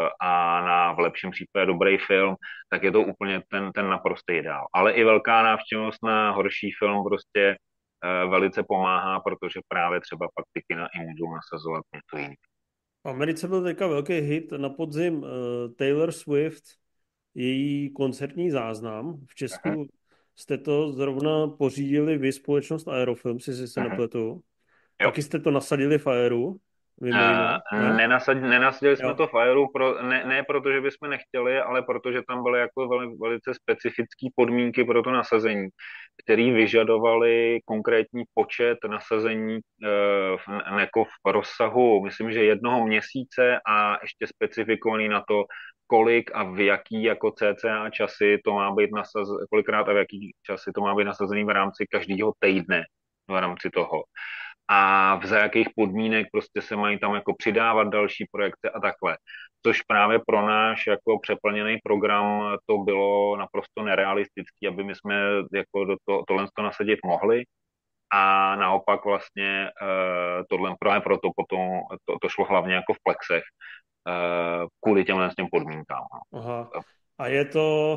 a na v lepším případě dobrý film, tak je to úplně ten, ten naprostý ideál. Ale i velká návštěvnost na horší film prostě velice pomáhá, protože právě třeba pak ty kina i můžou nasazovat něco jiného. V Americe byl teďka velký hit na podzim uh, Taylor Swift, její koncertní záznam. V Aha, Česku jste to zrovna pořídili vy, společnost Aerofilms, jestli se aha. nepletu. Jo. Taky jste to nasadili v Aeru, mimo jiné, Uh, ne? nenasad, nenasadili jsme Jo. to v Aeru, pro, ne, ne proto, že bychom nechtěli, ale protože tam byly jako veli, velice specifické podmínky pro to nasazení, které vyžadovaly konkrétní počet nasazení uh, v, jako v rozsahu, myslím, že jednoho měsíce a ještě specifikovaný na to, kolik a v jaký jako cca časy to má být nasazený, kolikrát a v jaký časy to má být nasazený v rámci každého týdne v rámci toho a za jakých podmínek prostě se mají tam jako přidávat další projekty a takhle. Což právě pro náš jako přeplněný program to bylo naprosto nerealistický, aby my jsme jako do to, tohle to nasadit mohli. A naopak vlastně uh, tohle právě proto potom to, to šlo hlavně jako v plexech uh, kvůli těmhle těm podmínkám. Aha. A je to,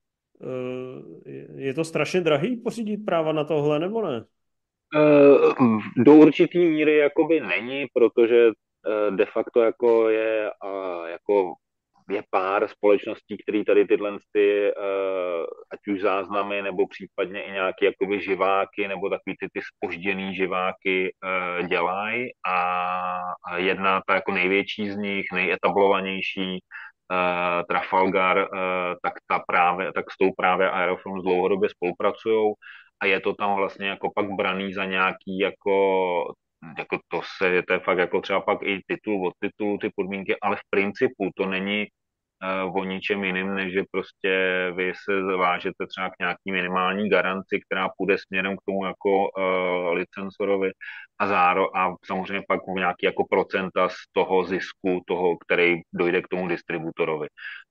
uh, je to strašně drahý pořídit práva na tohle, nebo ne? Eh, do určitý míry jakoby není, protože eh, de facto jako je a jako je pár společností, které tady tyhle ty, eh, ať už záznamy, nebo případně i nějaké jakoby živáky, nebo takový ty, ty spožděný živáky eh, dělají a jedna ta jako největší z nich, nejetablovanější, eh, Trafalgar, eh, tak ta právě, tak s tou právě Aerofilms dlouhodobě spolupracují a je to tam vlastně jako pak braný za nějaký jako jako to se, to je fakt jako třeba pak i titul od titulu, ty podmínky, ale v principu to není uh, o ničem jiným, než že prostě vy se vážete třeba k nějaký minimální garanci, která půjde směrem k tomu jako uh, licensorovi a záro a samozřejmě pak v nějaký jako procenta z toho zisku, toho, který dojde k tomu distributorovi.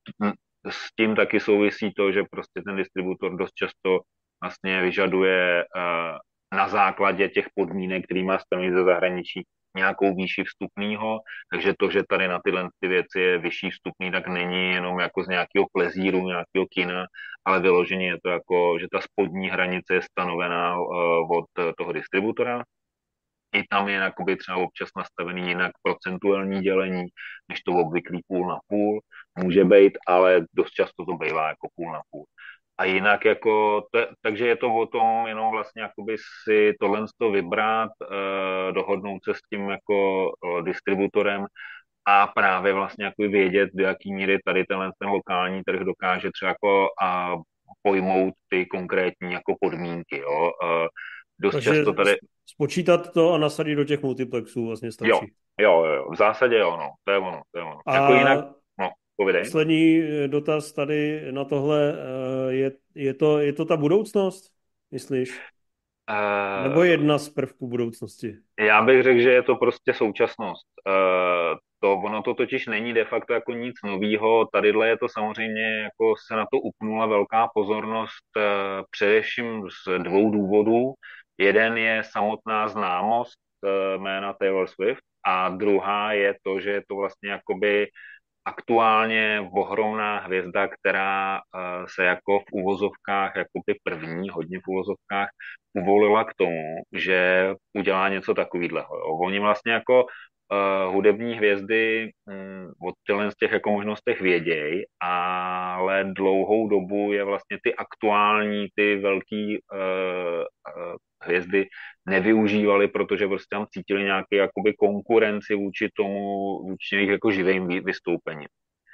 S tím taky souvisí to, že prostě ten distributor dost často vlastně vyžaduje uh, na základě těch podmínek, který má stanoví ze zahraničí, nějakou výši vstupného, takže to, že tady na tyhle ty věci je vyšší vstupný, tak není jenom jako z nějakého plezíru, nějakého kina, ale vyloženě je to jako, že ta spodní hranice je stanovená uh, od toho distributora. I tam je jakoby třeba občas nastavený jinak procentuální dělení, než to obvyklý půl na půl může být, ale dost často to bývá jako půl na půl. A jinak jako, to, takže je to o tom jenom vlastně jakoby si tohle to vybrat, eh, dohodnout se s tím jako eh, distributorem a právě vlastně jako vědět, do jaký míry tady tenhle ten lokální trh dokáže třeba jako a pojmout ty konkrétní jako podmínky, jo. Eh, dost Takže často tady, spočítat to a nasadit do těch multiplexů vlastně jo, stačí. jo, jo, v zásadě jo, no, to je ono, to je ono. Jako jinak, A no, povidej. poslední dotaz tady na tohle, eh, je, je to, je to ta budoucnost, myslíš? Nebo Uh, jedna z prvků budoucnosti? Já bych řekl, že je to prostě současnost. Uh, to, ono to totiž není de facto jako nic novýho. Tadyhle je to samozřejmě, jako se na to upnula velká pozornost uh, především z dvou důvodů. Jeden je samotná známost uh, jména Taylor Swift a druhá je to, že je to vlastně jakoby aktuálně ohromná hvězda, která uh, se jako v uvozovkách, jako by první, hodně v uvozovkách, uvolila k tomu, že udělá něco takového. Oni vlastně jako uh, hudební hvězdy um, od těchto z těch jako možnostech vědějí, ale dlouhou dobu je vlastně ty aktuální, ty velký uh, uh, hvězdy nevyužívali, protože prostě tam cítili nějaký jakoby konkurenci vůči tomu, vůči jejich jako živým vystoupením.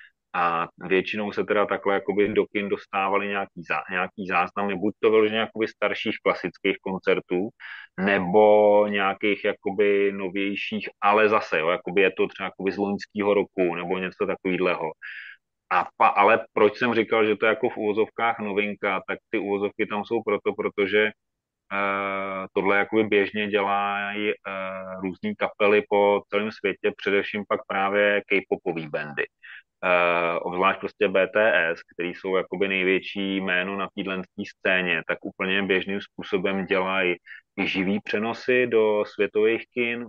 A většinou se teda takhle jakoby do kin dostávali nějaký, zá, nějaký záznamy, buď to vyloženě jakoby starších klasických koncertů, nebo nějakých jakoby novějších, ale zase, jo, jakoby je to třeba jakoby z loňského roku, nebo něco takového. A pa, ale proč jsem říkal, že to je jako v úvozovkách novinka, tak ty úvozovky tam jsou proto, protože Uh, tohle jakoby běžně dělají uh, různý kapely po celém světě, především pak právě K-popový bandy. Uh, obzvlášť prostě B T S, který jsou jakoby největší jméno na této scéně, tak úplně běžným způsobem dělají i živý přenosy do světových kin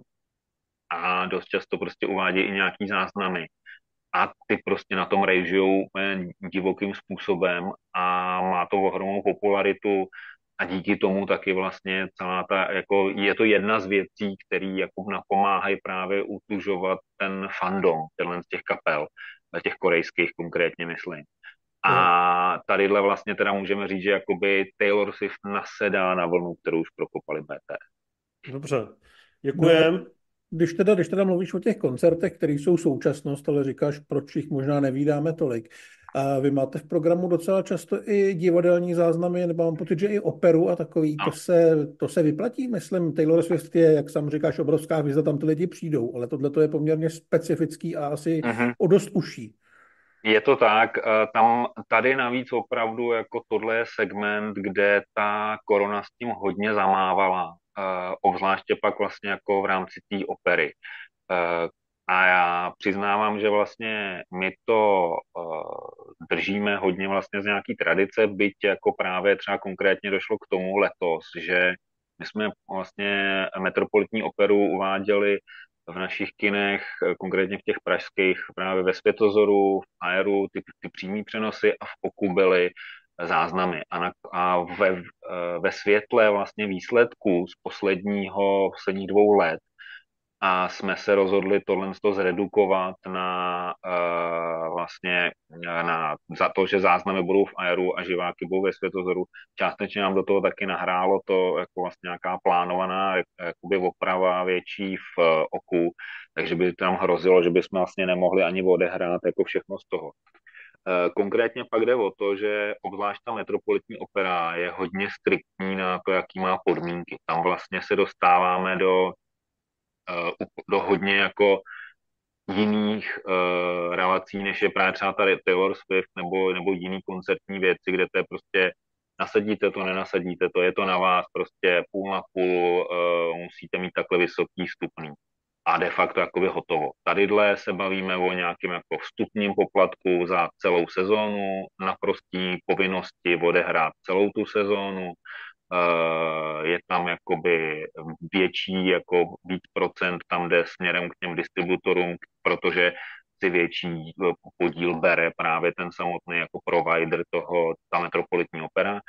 a dost často prostě uvádějí i nějaký záznamy. A ty prostě na tom rejžujou divokým způsobem a má to ohromnou popularitu a díky tomu taky vlastně celá ta, jako je to jedna z věcí, který jako napomáhají právě utužovat ten fandom z těch kapel, těch korejských konkrétně myslím. Jo. A tadyhle vlastně teda můžeme říct, že jakoby Taylor Swift nasedá na vlnu, kterou už prokopali B T. Dobře, No, děkujem. když teda, když teda mluvíš o těch koncertech, které jsou současnost, ale říkáš, proč jich možná nevídáme tolik. A vy máte v programu docela často i divadelní záznamy, nebo mám pocit, že i operu a takový. To No. se, to se vyplatí, myslím. Taylor Swift je, jak sám říkáš, obrovská hvězda, tam ty lidi přijdou, ale tohle to je poměrně specifický a asi Mhm. o dost uší. Je to tak, eh, tam tady navíc opravdu jako tohle je segment, kde ta korona s tím hodně zamávala, eh, obzvláště pak vlastně jako v rámci té opery. Eh, A já přiznávám, že vlastně my to eh, držíme hodně vlastně z nějaký tradice, byť jako právě třeba konkrétně došlo k tomu letos, že my jsme vlastně Metropolitní operu uváděli v našich kinech, eh, konkrétně v těch pražských, právě ve Světozoru, v Aeru, ty, ty přímý přenosy a v Oku byly záznamy. A, na, a ve, eh, ve světle vlastně výsledků z posledního, posledních dvou let a jsme se rozhodli tohle to zredukovat na uh, vlastně na, za to, že záznamy budou v Aeru a živáky budou ve Světozoru. Částečně nám do toho taky nahrálo to jako vlastně nějaká plánovaná jakoby oprava větší v uh, Oku, takže by tam hrozilo, že bychom vlastně nemohli ani odehrát jako všechno z toho. Konkrétně pak jde o to, že obzvlášť ta Metropolitní opera je hodně striktní na to, jaký má podmínky. Tam vlastně se dostáváme do do hodně jako jiných uh, relací, než je právě třeba tady Taylor Swift nebo, nebo jiný koncertní věci, kde to je prostě nasadíte to, nenasadíte to, je to na vás prostě půl na půl, uh, musíte mít takhle vysoký stupný. A de facto jakoby hotovo. Tadyhle se bavíme o nějakém jako vstupním poplatku za celou sezónu, naprostí povinnosti odehrát celou tu sezónu, je tam jakoby větší, jako víc procent tam jde směrem k těm distributorům, protože si větší podíl bere právě ten samotný jako provider toho, ta Metropolitní opera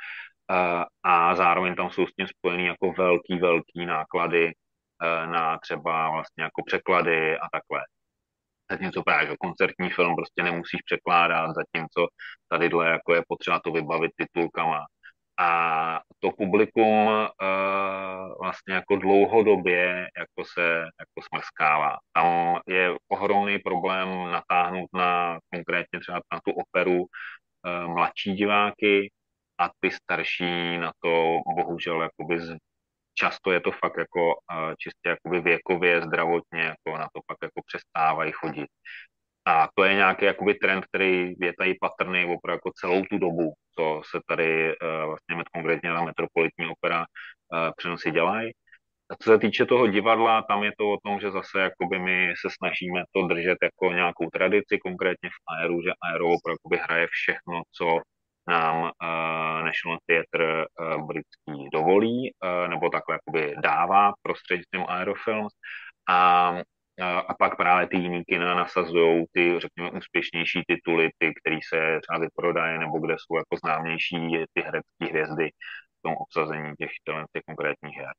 a zároveň tam jsou s tím spojený jako velký, velký náklady na třeba vlastně jako překlady a takhle. Zatímco právě že koncertní film prostě nemusíš překládat, zatímco tadyhle jako je potřeba to vybavit titulkama. A to publikum uh, vlastně jako dlouhodobě jako se jako smrskává. Tam je ohromný problém natáhnout na konkrétně třeba na tu operu uh, mladší diváky a ty starší na to bohužel jakoby z, často je to fakt jako uh, čistě jakoby věkově, zdravotně, jako na to pak jako přestávají chodit. A to je nějaký jakoby trend, který je tady patrný opravdu jako celou tu dobu, co se tady uh, vlastně konkrétně na Metropolitní opera uh, přenosy dělají. A co se týče toho divadla, tam je to o tom, že zase jakoby my se snažíme to držet jako nějakou tradici, konkrétně v Aeru, že Aero opravdu hraje všechno, co nám uh, National Theatre uh, britský dovolí, uh, nebo takhle jakoby dává prostřednictvím Aerofilms. A A, a pak právě ty jiný kina nasazují ty, řekněme, úspěšnější tituly, ty, které se třeba vyprodají, nebo kde jsou jako známější ty herecké hvězdy v tom obsazení těch, těch konkrétních her.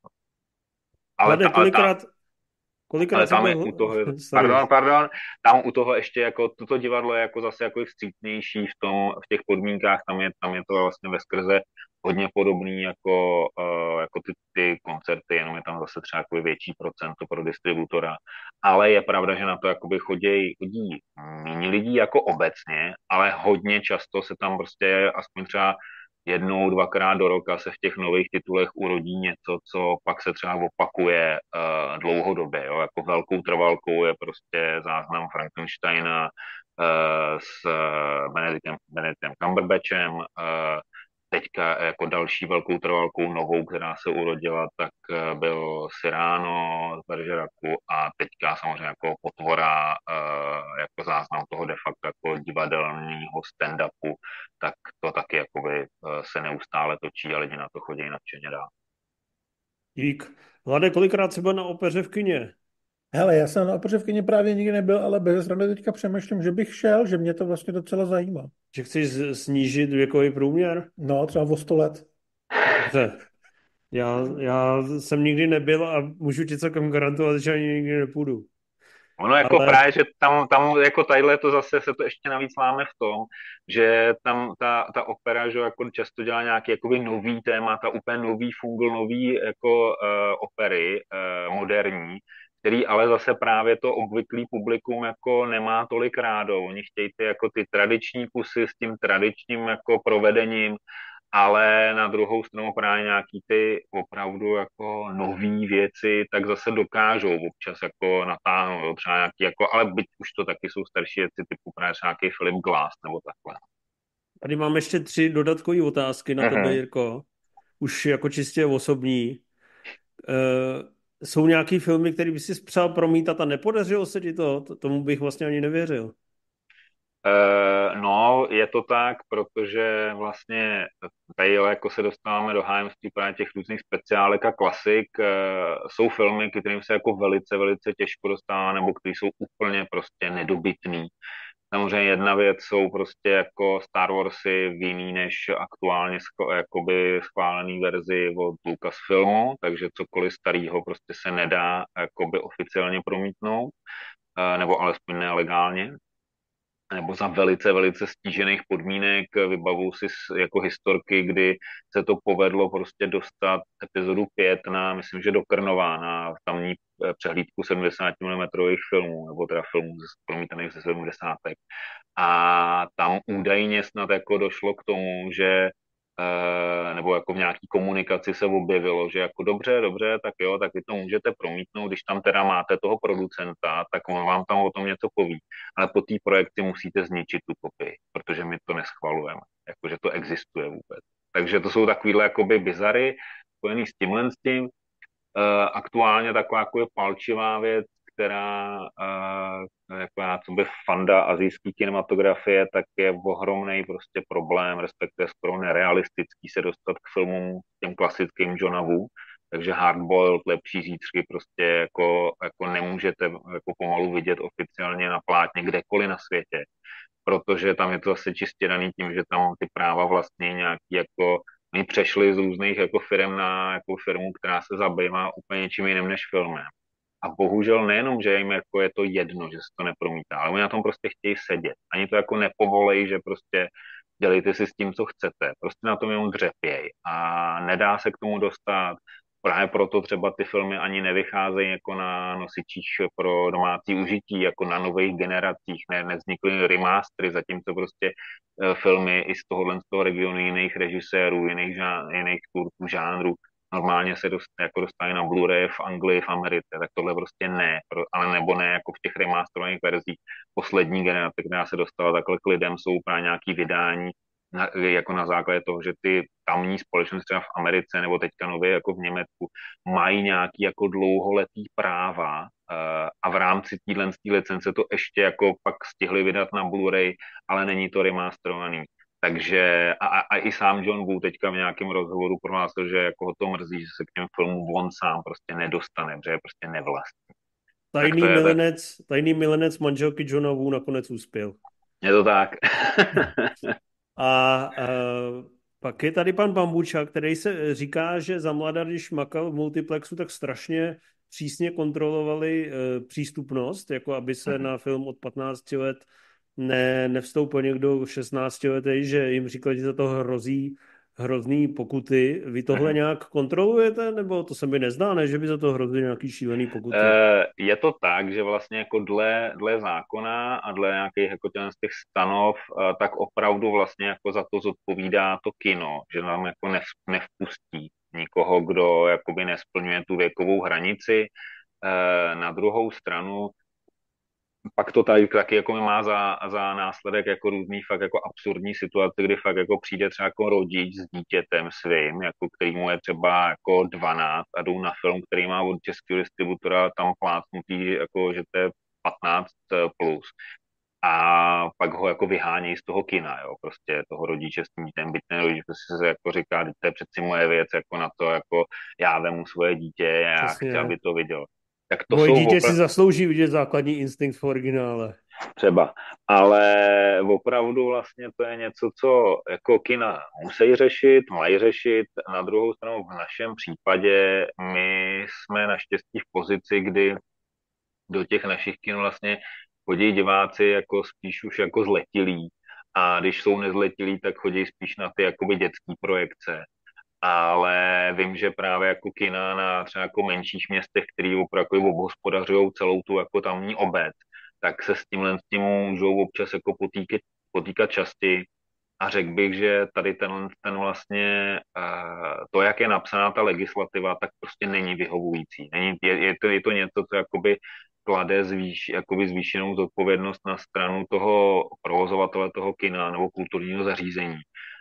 Ale ta, Vlade, ale ta, kolikrát, kolikrát ale jsi tam je byl, u toho, sorry, pardon, pardon, tam u toho ještě jako toto divadlo je jako zase jako vstřícnější v tom, v těch podmínkách, tam je, tam je to vlastně veskrze hodně podobný jako, uh, jako ty, ty koncerty, jenom je tam zase třeba jako větší procento pro distributora, ale je pravda, že na to jakoby chodí, chodí méně lidí jako obecně, ale hodně často se tam prostě aspoň třeba jednou, dvakrát do roka se v těch nových titulech urodí něco, co pak se třeba opakuje uh, dlouhodobě. Jo? Jako velkou trvalkou je prostě záznam Frankensteina uh, s uh, Benedictem, Benedictem Cumberbatchem. Uh, teďka jako další velkou trvalkou novou, která se urodila, tak uh, byl Cyrano z Bergeracu a teďka samozřejmě jako potvora, uh, jako záznam toho de facto jako divadelního stand-upu, tak to taky jakoby eh, se neustále točí a lidi na to chodí nadšeně dál. dík. Vlade, kolikrát jsi byl na opeře v kině? Hele, já jsem na opeře v kyně právě nikdy nebyl, ale bez srandy teďka přemýšlím, že bych šel, že mě to vlastně docela zajímá. Že chceš z- snížit věkový průměr? No, třeba o sto let. Dobře. Já, já jsem nikdy nebyl a můžu ti celkem garantovat, že ani nikdy nepůjdu. Ono jako Ale právě, že tam, tam jako tadyhle to zase se to ještě navíc máme v tom, že tam ta, ta opera, že jako často dělá nějaký jakoby nový témata, úplně nový fungl, nový jako uh, opery, uh, moderní, který ale zase právě to obvyklý publikum jako nemá tolik rádo. Oni chtějí ty jako ty tradiční kusy s tím tradičním jako provedením, ale na druhou stranu právě nějaký ty opravdu jako nový věci, tak zase dokážou občas jako natáhnout, jo, třeba nějaký jako, ale byť už to taky jsou starší věci, typu právě třeba nějaký Philip Glass nebo takhle. tady mám ještě tři dodatkové otázky na tebe, Mhm. Jirko. Už jako čistě osobní. Uh, jsou nějaký filmy, které by si přál promítat a nepodařilo se ti to? T- Tomu bych vlastně ani nevěřil. Uh, no, je to tak, protože vlastně tady jako se dostáváme do hájemství právě těch různých speciálek a klasik. Uh, jsou filmy, kterým se jako velice, velice těžko dostává, nebo které jsou úplně prostě nedobytný. Samozřejmě jedna věc jsou prostě jako Star Warsy v jiný než aktuálně sch- jakoby schválený verzi od Lucasfilmu, takže cokoliv starého prostě se nedá jakoby oficiálně promítnout, eh, nebo alespoň nelegálně, nebo za velice, velice stížených podmínek. Vybavuju si s- jako historky, kdy se to povedlo prostě dostat epizodu pět na, myslím, že do Krnova, na tamní eh, přehlídku sedmdesát milimetrů filmů, nebo teda filmů z- promítaných ze sedmdesátek. A tam údajně snad jako došlo k tomu, že eh, nebo jako v nějaký komunikaci se objevilo, že jako dobře, dobře, tak jo, tak vy to můžete promítnout, když tam teda máte toho producenta, tak on vám tam o tom něco poví, ale po té projekci musíte zničit tu kopii, protože my to neschvalujeme, jakože to existuje vůbec. Takže to jsou takovýhle jakoby bizary spojený s tímhle s tím. Uh, aktuálně taková jako je palčivá věc, která uh, jako já, co by fanda asijské kinematografie, tak je ohromný prostě problém, respektive skoro nerealistický se dostat k filmům těm klasickým Johna Woo, takže Hardboiled, Lepší zítřky prostě jako, jako nemůžete jako pomalu vidět oficiálně na plátně kdekoliv na světě, protože tam je to zase čistě daný tím, že tam ty práva vlastně nějaký jako oni přešli z různých jako firm na jako firmu, která se zabývá úplně něčím jiným než filmem. A bohužel nejenom, že jim jako je to jedno, že se to nepromítá, ale oni na tom prostě chtějí sedět. Ani to jako nepovolej, že prostě dělejte si s tím, co chcete. Prostě na tom jenom dřepěj. A nedá se k tomu dostat. Právě proto třeba ty filmy ani nevycházejí jako na nosičích pro domácí užití, jako na nových generacích, ne, nevznikly remastery, zatímco prostě eh, filmy i z tohohle z toho regionu jiných režisérů, jiných, žán, jiných tvůrců, žánrů, normálně se dost, jako dostávají na Blu-ray v Anglii, v Americe, tak tohle prostě ne, ale nebo ne jako v těch remasterovaných verzích poslední generace, která se dostala takhle k lidem, jsou právě nějaký vydání, na, jako na základě toho, že ty tamní společnosti třeba v Americe nebo teďka nově jako v Německu mají nějaký jako dlouholetý práva uh, a v rámci téhle licence to ještě jako pak stihli vydat na Blu-ray, ale není to remasterovaný. Takže a, a, a i sám John Woo teďka v nějakém rozhovoru prohlásil, že jako ho to mrzí, že se k těm filmům on sám prostě nedostane, že je prostě nevlastní. Tak to tajný je, tak, milenec, tajný milenec manželky Johna Woo nakonec uspěl. je to tak. A uh, pak je tady pan Bambuča, který se říká, že za mladá, když makal v multiplexu, tak strašně přísně kontrolovali uh, přístupnost, jako aby se na film od patnácti let ne, nevstoupil někdo šestnácti letý, že jim říkali, že za to hrozí hrozný pokuty. Vy tohle nějak kontrolujete, nebo to se mi nezdá, ne, že by za to hrozily nějaký šílený pokuty? Eh, Je to tak, že vlastně jako dle, dle zákona a dle nějakých jako těchto z těch stanov, eh, tak opravdu vlastně jako za to zodpovídá to kino, že nám jako nev- nevpustí nikoho, kdo jakoby nesplňuje tu věkovou hranici. Eh, Na druhou stranu pak to tady taky jako má za, za následek jako různý fakt jako absurdní situace, kdy fakt jako přijde třeba jako rodič s dítětem svým, jako který mu je třeba jako dvanáct a jdou na film, který má od českého distributora tam plácnutý, jako že to je patnáct plus. A pak ho jako vyhánějí z toho kina, jo, prostě toho rodiče s tím dítem, byť ten rodič prostě se jako říká, to je přeci moje věc, jako na to, jako já vemu svoje dítě, já chci, Přesně. aby to viděl. Tak to Moje jsou dítě si opravdu zaslouží vidět základní instinkt v originále. třeba. Ale opravdu vlastně to je něco, co jako kina musí řešit, mají řešit. Na druhou stranu v našem případě my jsme naštěstí v pozici, kdy do těch našich kin vlastně chodí diváci jako spíš už jako zletilí. A když jsou nezletilí, tak chodí spíš na ty jakoby dětské projekce. Ale vím, že právě jako kina na třeba jako menších městech, který opravdu jako obhospodařují celou tu jako tamní obec, tak se s tímhle s tím můžou občas jako potýkat, potýkat častěji. A řekl bych, že tady ten, ten vlastně, uh, to, jak je napsaná ta legislativa, tak prostě není vyhovující. Není, je, je, to, je to něco, co jakoby klade zvýš, jakoby zvýšenou zodpovědnost na stranu toho provozovatele toho kina nebo kulturního zařízení.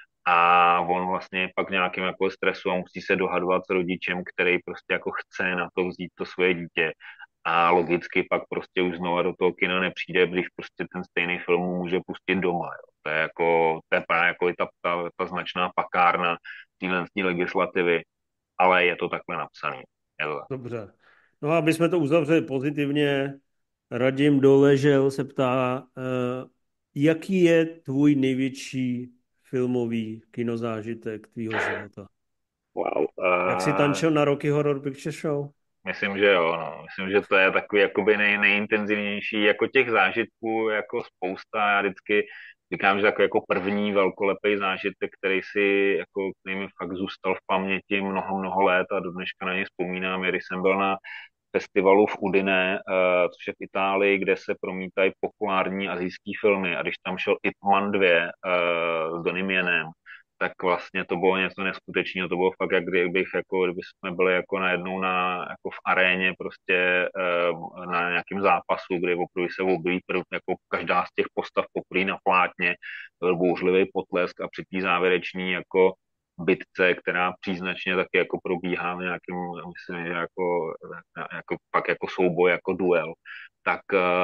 A on vlastně je pak v nějakém jako stresu a musí se dohadovat s rodičem, který prostě jako chce na to vzít to svoje dítě. A logicky pak prostě už znova do toho kina nepřijde, když prostě ten stejný film může pustit doma. Jo. To je jako, to je právě jako ta, ta, ta značná pakárna téhle legislativy, ale je to takhle napsané. Je to tak. Dobře. No a aby jsme to uzavřeli pozitivně, Radim Doležel se ptá, uh, jaký je tvůj největší filmový kinozážitek tvýho života? Wow. Jak jsi Uh, tančil na Rocky Horror Picture Show? Myslím, že jo, no. Myslím, že to je takový jakoby nej, nejintenzivnější, jako těch zážitků jako spousta. Já vždycky říkám, že takový jako první velkolepý zážitek, který si, jako, který mi fakt zůstal v paměti mnoho, mnoho let a do dneška na něj vzpomínám, je, když jsem byl na festivalu v Udine, uh, což je v Itálii, kde se promítají populární asijský filmy. A když tam šel Ip Man dva uh, s Donnie Yenem, tak vlastně to bylo něco neskutečného. To bylo fakt, jak kdybych, jako, kdyby jsme byli jako najednou na, jako v aréně, prostě uh, na nějakém zápasu, kdy opravdu se objeví jako každá z těch postav poprvé na plátně, byl bouřlivý potlesk a při té závěrečný jako bitce, která příznačně taky jako probíhá v nějakém, myslím, že jako, jako, pak jako souboj, jako duel, tak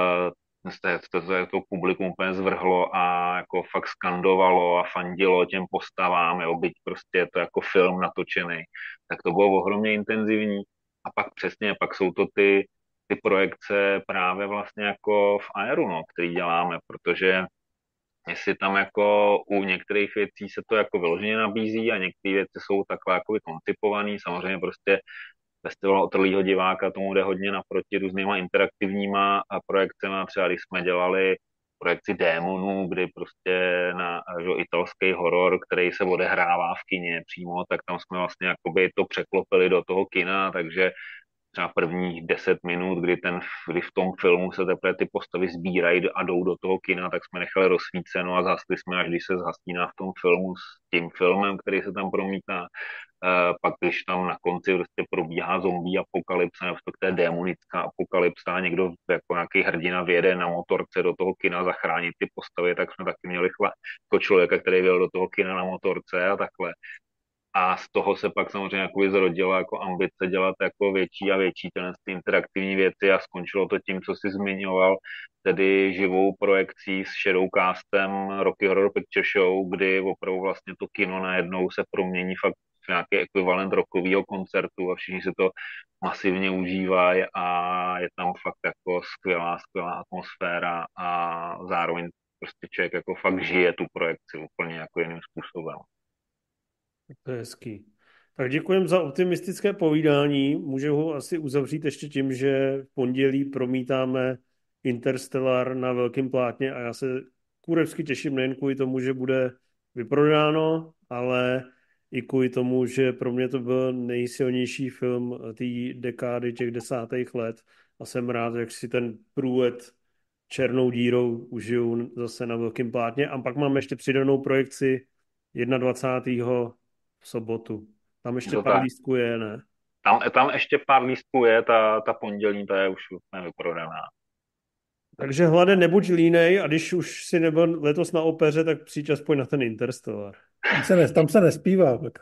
uh, se to, to, to publikum úplně zvrhlo a jako fakt skandovalo a fandilo těm postavám, jo, byť prostě je to jako film natočený, tak to bylo ohromně intenzivní. A pak přesně, pak jsou to ty, ty projekce právě vlastně jako v Aeru, no, který děláme, protože jestli tam jako u některých věcí se to jako vyloženě nabízí a některé věci jsou takhle jako koncipované. Samozřejmě prostě festival otrlýho diváka tomu jde hodně naproti různýma interaktivníma projekcemi. Třeba když jsme dělali projekci Démonů, kdy prostě na že, italský horor, který se odehrává v kině přímo, tak tam jsme vlastně jakoby to překlopili do toho kina, takže třeba prvních deset minut, kdy, ten, kdy v tom filmu se teprve ty postavy sbírají a jdou do toho kina, tak jsme nechali rozsvíceno a zhasli jsme, až když se zhasíná v tom filmu s tím filmem, který se tam promítá. Uh, pak když tam na konci prostě probíhá zombie apokalypsa, nebo to je démonická apokalypsa a někdo jako nějaký hrdina vyjede na motorce do toho kina zachránit ty postavy, tak jsme taky měli chla, jako člověka, který vyjel do toho kina na motorce a takhle. A z toho se pak samozřejmě jako zrodila jako ambice dělat jako větší a větší ty interaktivní věci a skončilo to tím, co jsi zmiňoval, tedy živou projekcí s shadowcastem Rocky Horror Picture Show, kdy opravdu vlastně to kino najednou se promění fakt nějaký ekvivalent rockového koncertu a všichni si to masivně užívají a je tam fakt jako skvělá, skvělá atmosféra a zároveň prostě člověk jako fakt žije tu projekci úplně jako jiným způsobem. To je hezký. Tak děkujem za optimistické povídání. Můžu ho asi uzavřít ještě tím, že v pondělí promítáme Interstellar na velkém plátně a já se kurevsky těším nejen kvůli tomu, že bude vyprodáno, ale i kvůli tomu, že pro mě to byl nejsilnější film té dekády těch desátých let a jsem rád, jak si ten průlet černou dírou užiju zase na velkém plátně. A pak máme ještě přidanou projekci dvacátého prvního v sobotu. Tam ještě To pár tak. lístků je, ne? Tam, tam ještě pár lístků je, ta, ta pondělí, ta je už vyprodaná. Takže Hlade, nebuď línej a když už si nebyl letos na opeře, tak přijď aspoň na ten Interstellar. Tam se, ne, tam se nespívá. Tak.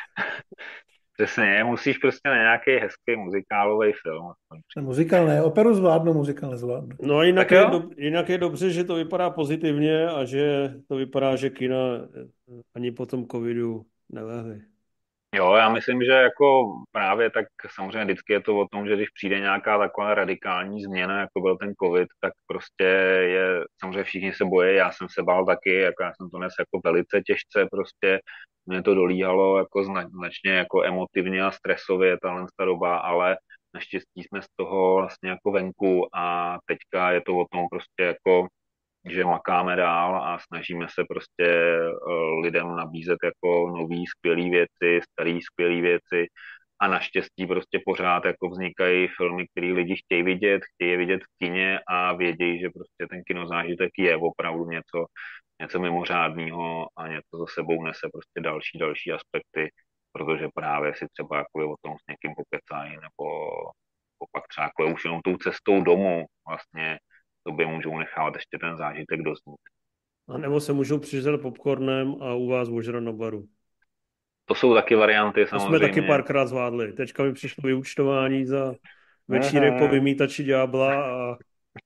Přesně, musíš prostě na nějaký hezký muzikálový film. Muzikál ne, operu zvládnu, muzikál nezvládnu. No a jinak Tak je, jo? do, jinak je dobře, že to vypadá pozitivně a že to vypadá, že kina ani po tom covidu nelehly. Jo, já myslím, že jako právě tak samozřejmě vždycky je to o tom, že když přijde nějaká taková radikální změna, jako byl ten covid, tak prostě je, samozřejmě všichni se bojí, já jsem se bál taky, jako já jsem to nes jako velice těžce, prostě mě to dolíhalo jako zna, značně jako emotivně a stresově tahle ta doba, ale naštěstí jsme z toho vlastně jako venku a teďka je to o tom prostě jako že makáme dál a snažíme se prostě eh, lidem nabízet jako nový skvělé věci, staré skvělé věci a naštěstí prostě pořád jako vznikají filmy, které lidi chtějí vidět, chtějí je vidět v kině a vědějí, že prostě ten kinozážitek je opravdu něco, něco mimořádného a něco za sebou nese prostě další, další aspekty, protože právě si třeba jako o tom s někým pokecají nebo, nebo pak třeba jako už jenom tou cestou domů vlastně tobě můžou nechávat ještě ten zážitek doznít. A nebo se můžou přiřezat popcornem a u vás ožrat na baru. To jsou taky varianty To jsme taky samozřejmě. párkrát zvládli. Teďka mi přišlo vyúčtování za večírek po vymítači ďábla a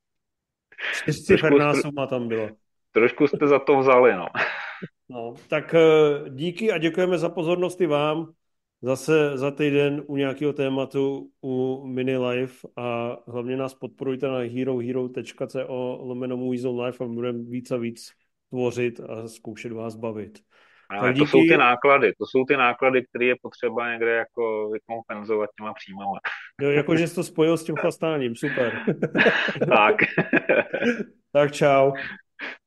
čtyřciferná suma tam byla. Trošku jste za to vzali, no. No, tak díky a děkujeme za pozornost i vám. Zase za týden u nějakého tématu u Mini Live a hlavně nás podporujte na herohero tečka co lomeno Movies on Live a budeme víc a víc tvořit a zkoušet vás bavit. Ale to jsou ty náklady, to jsou ty náklady, které je potřeba někde jako vykompenzovat těma příjmama. Jo, jakože jsi to spojil s tím chlastáním, super. Tak. Tak čau.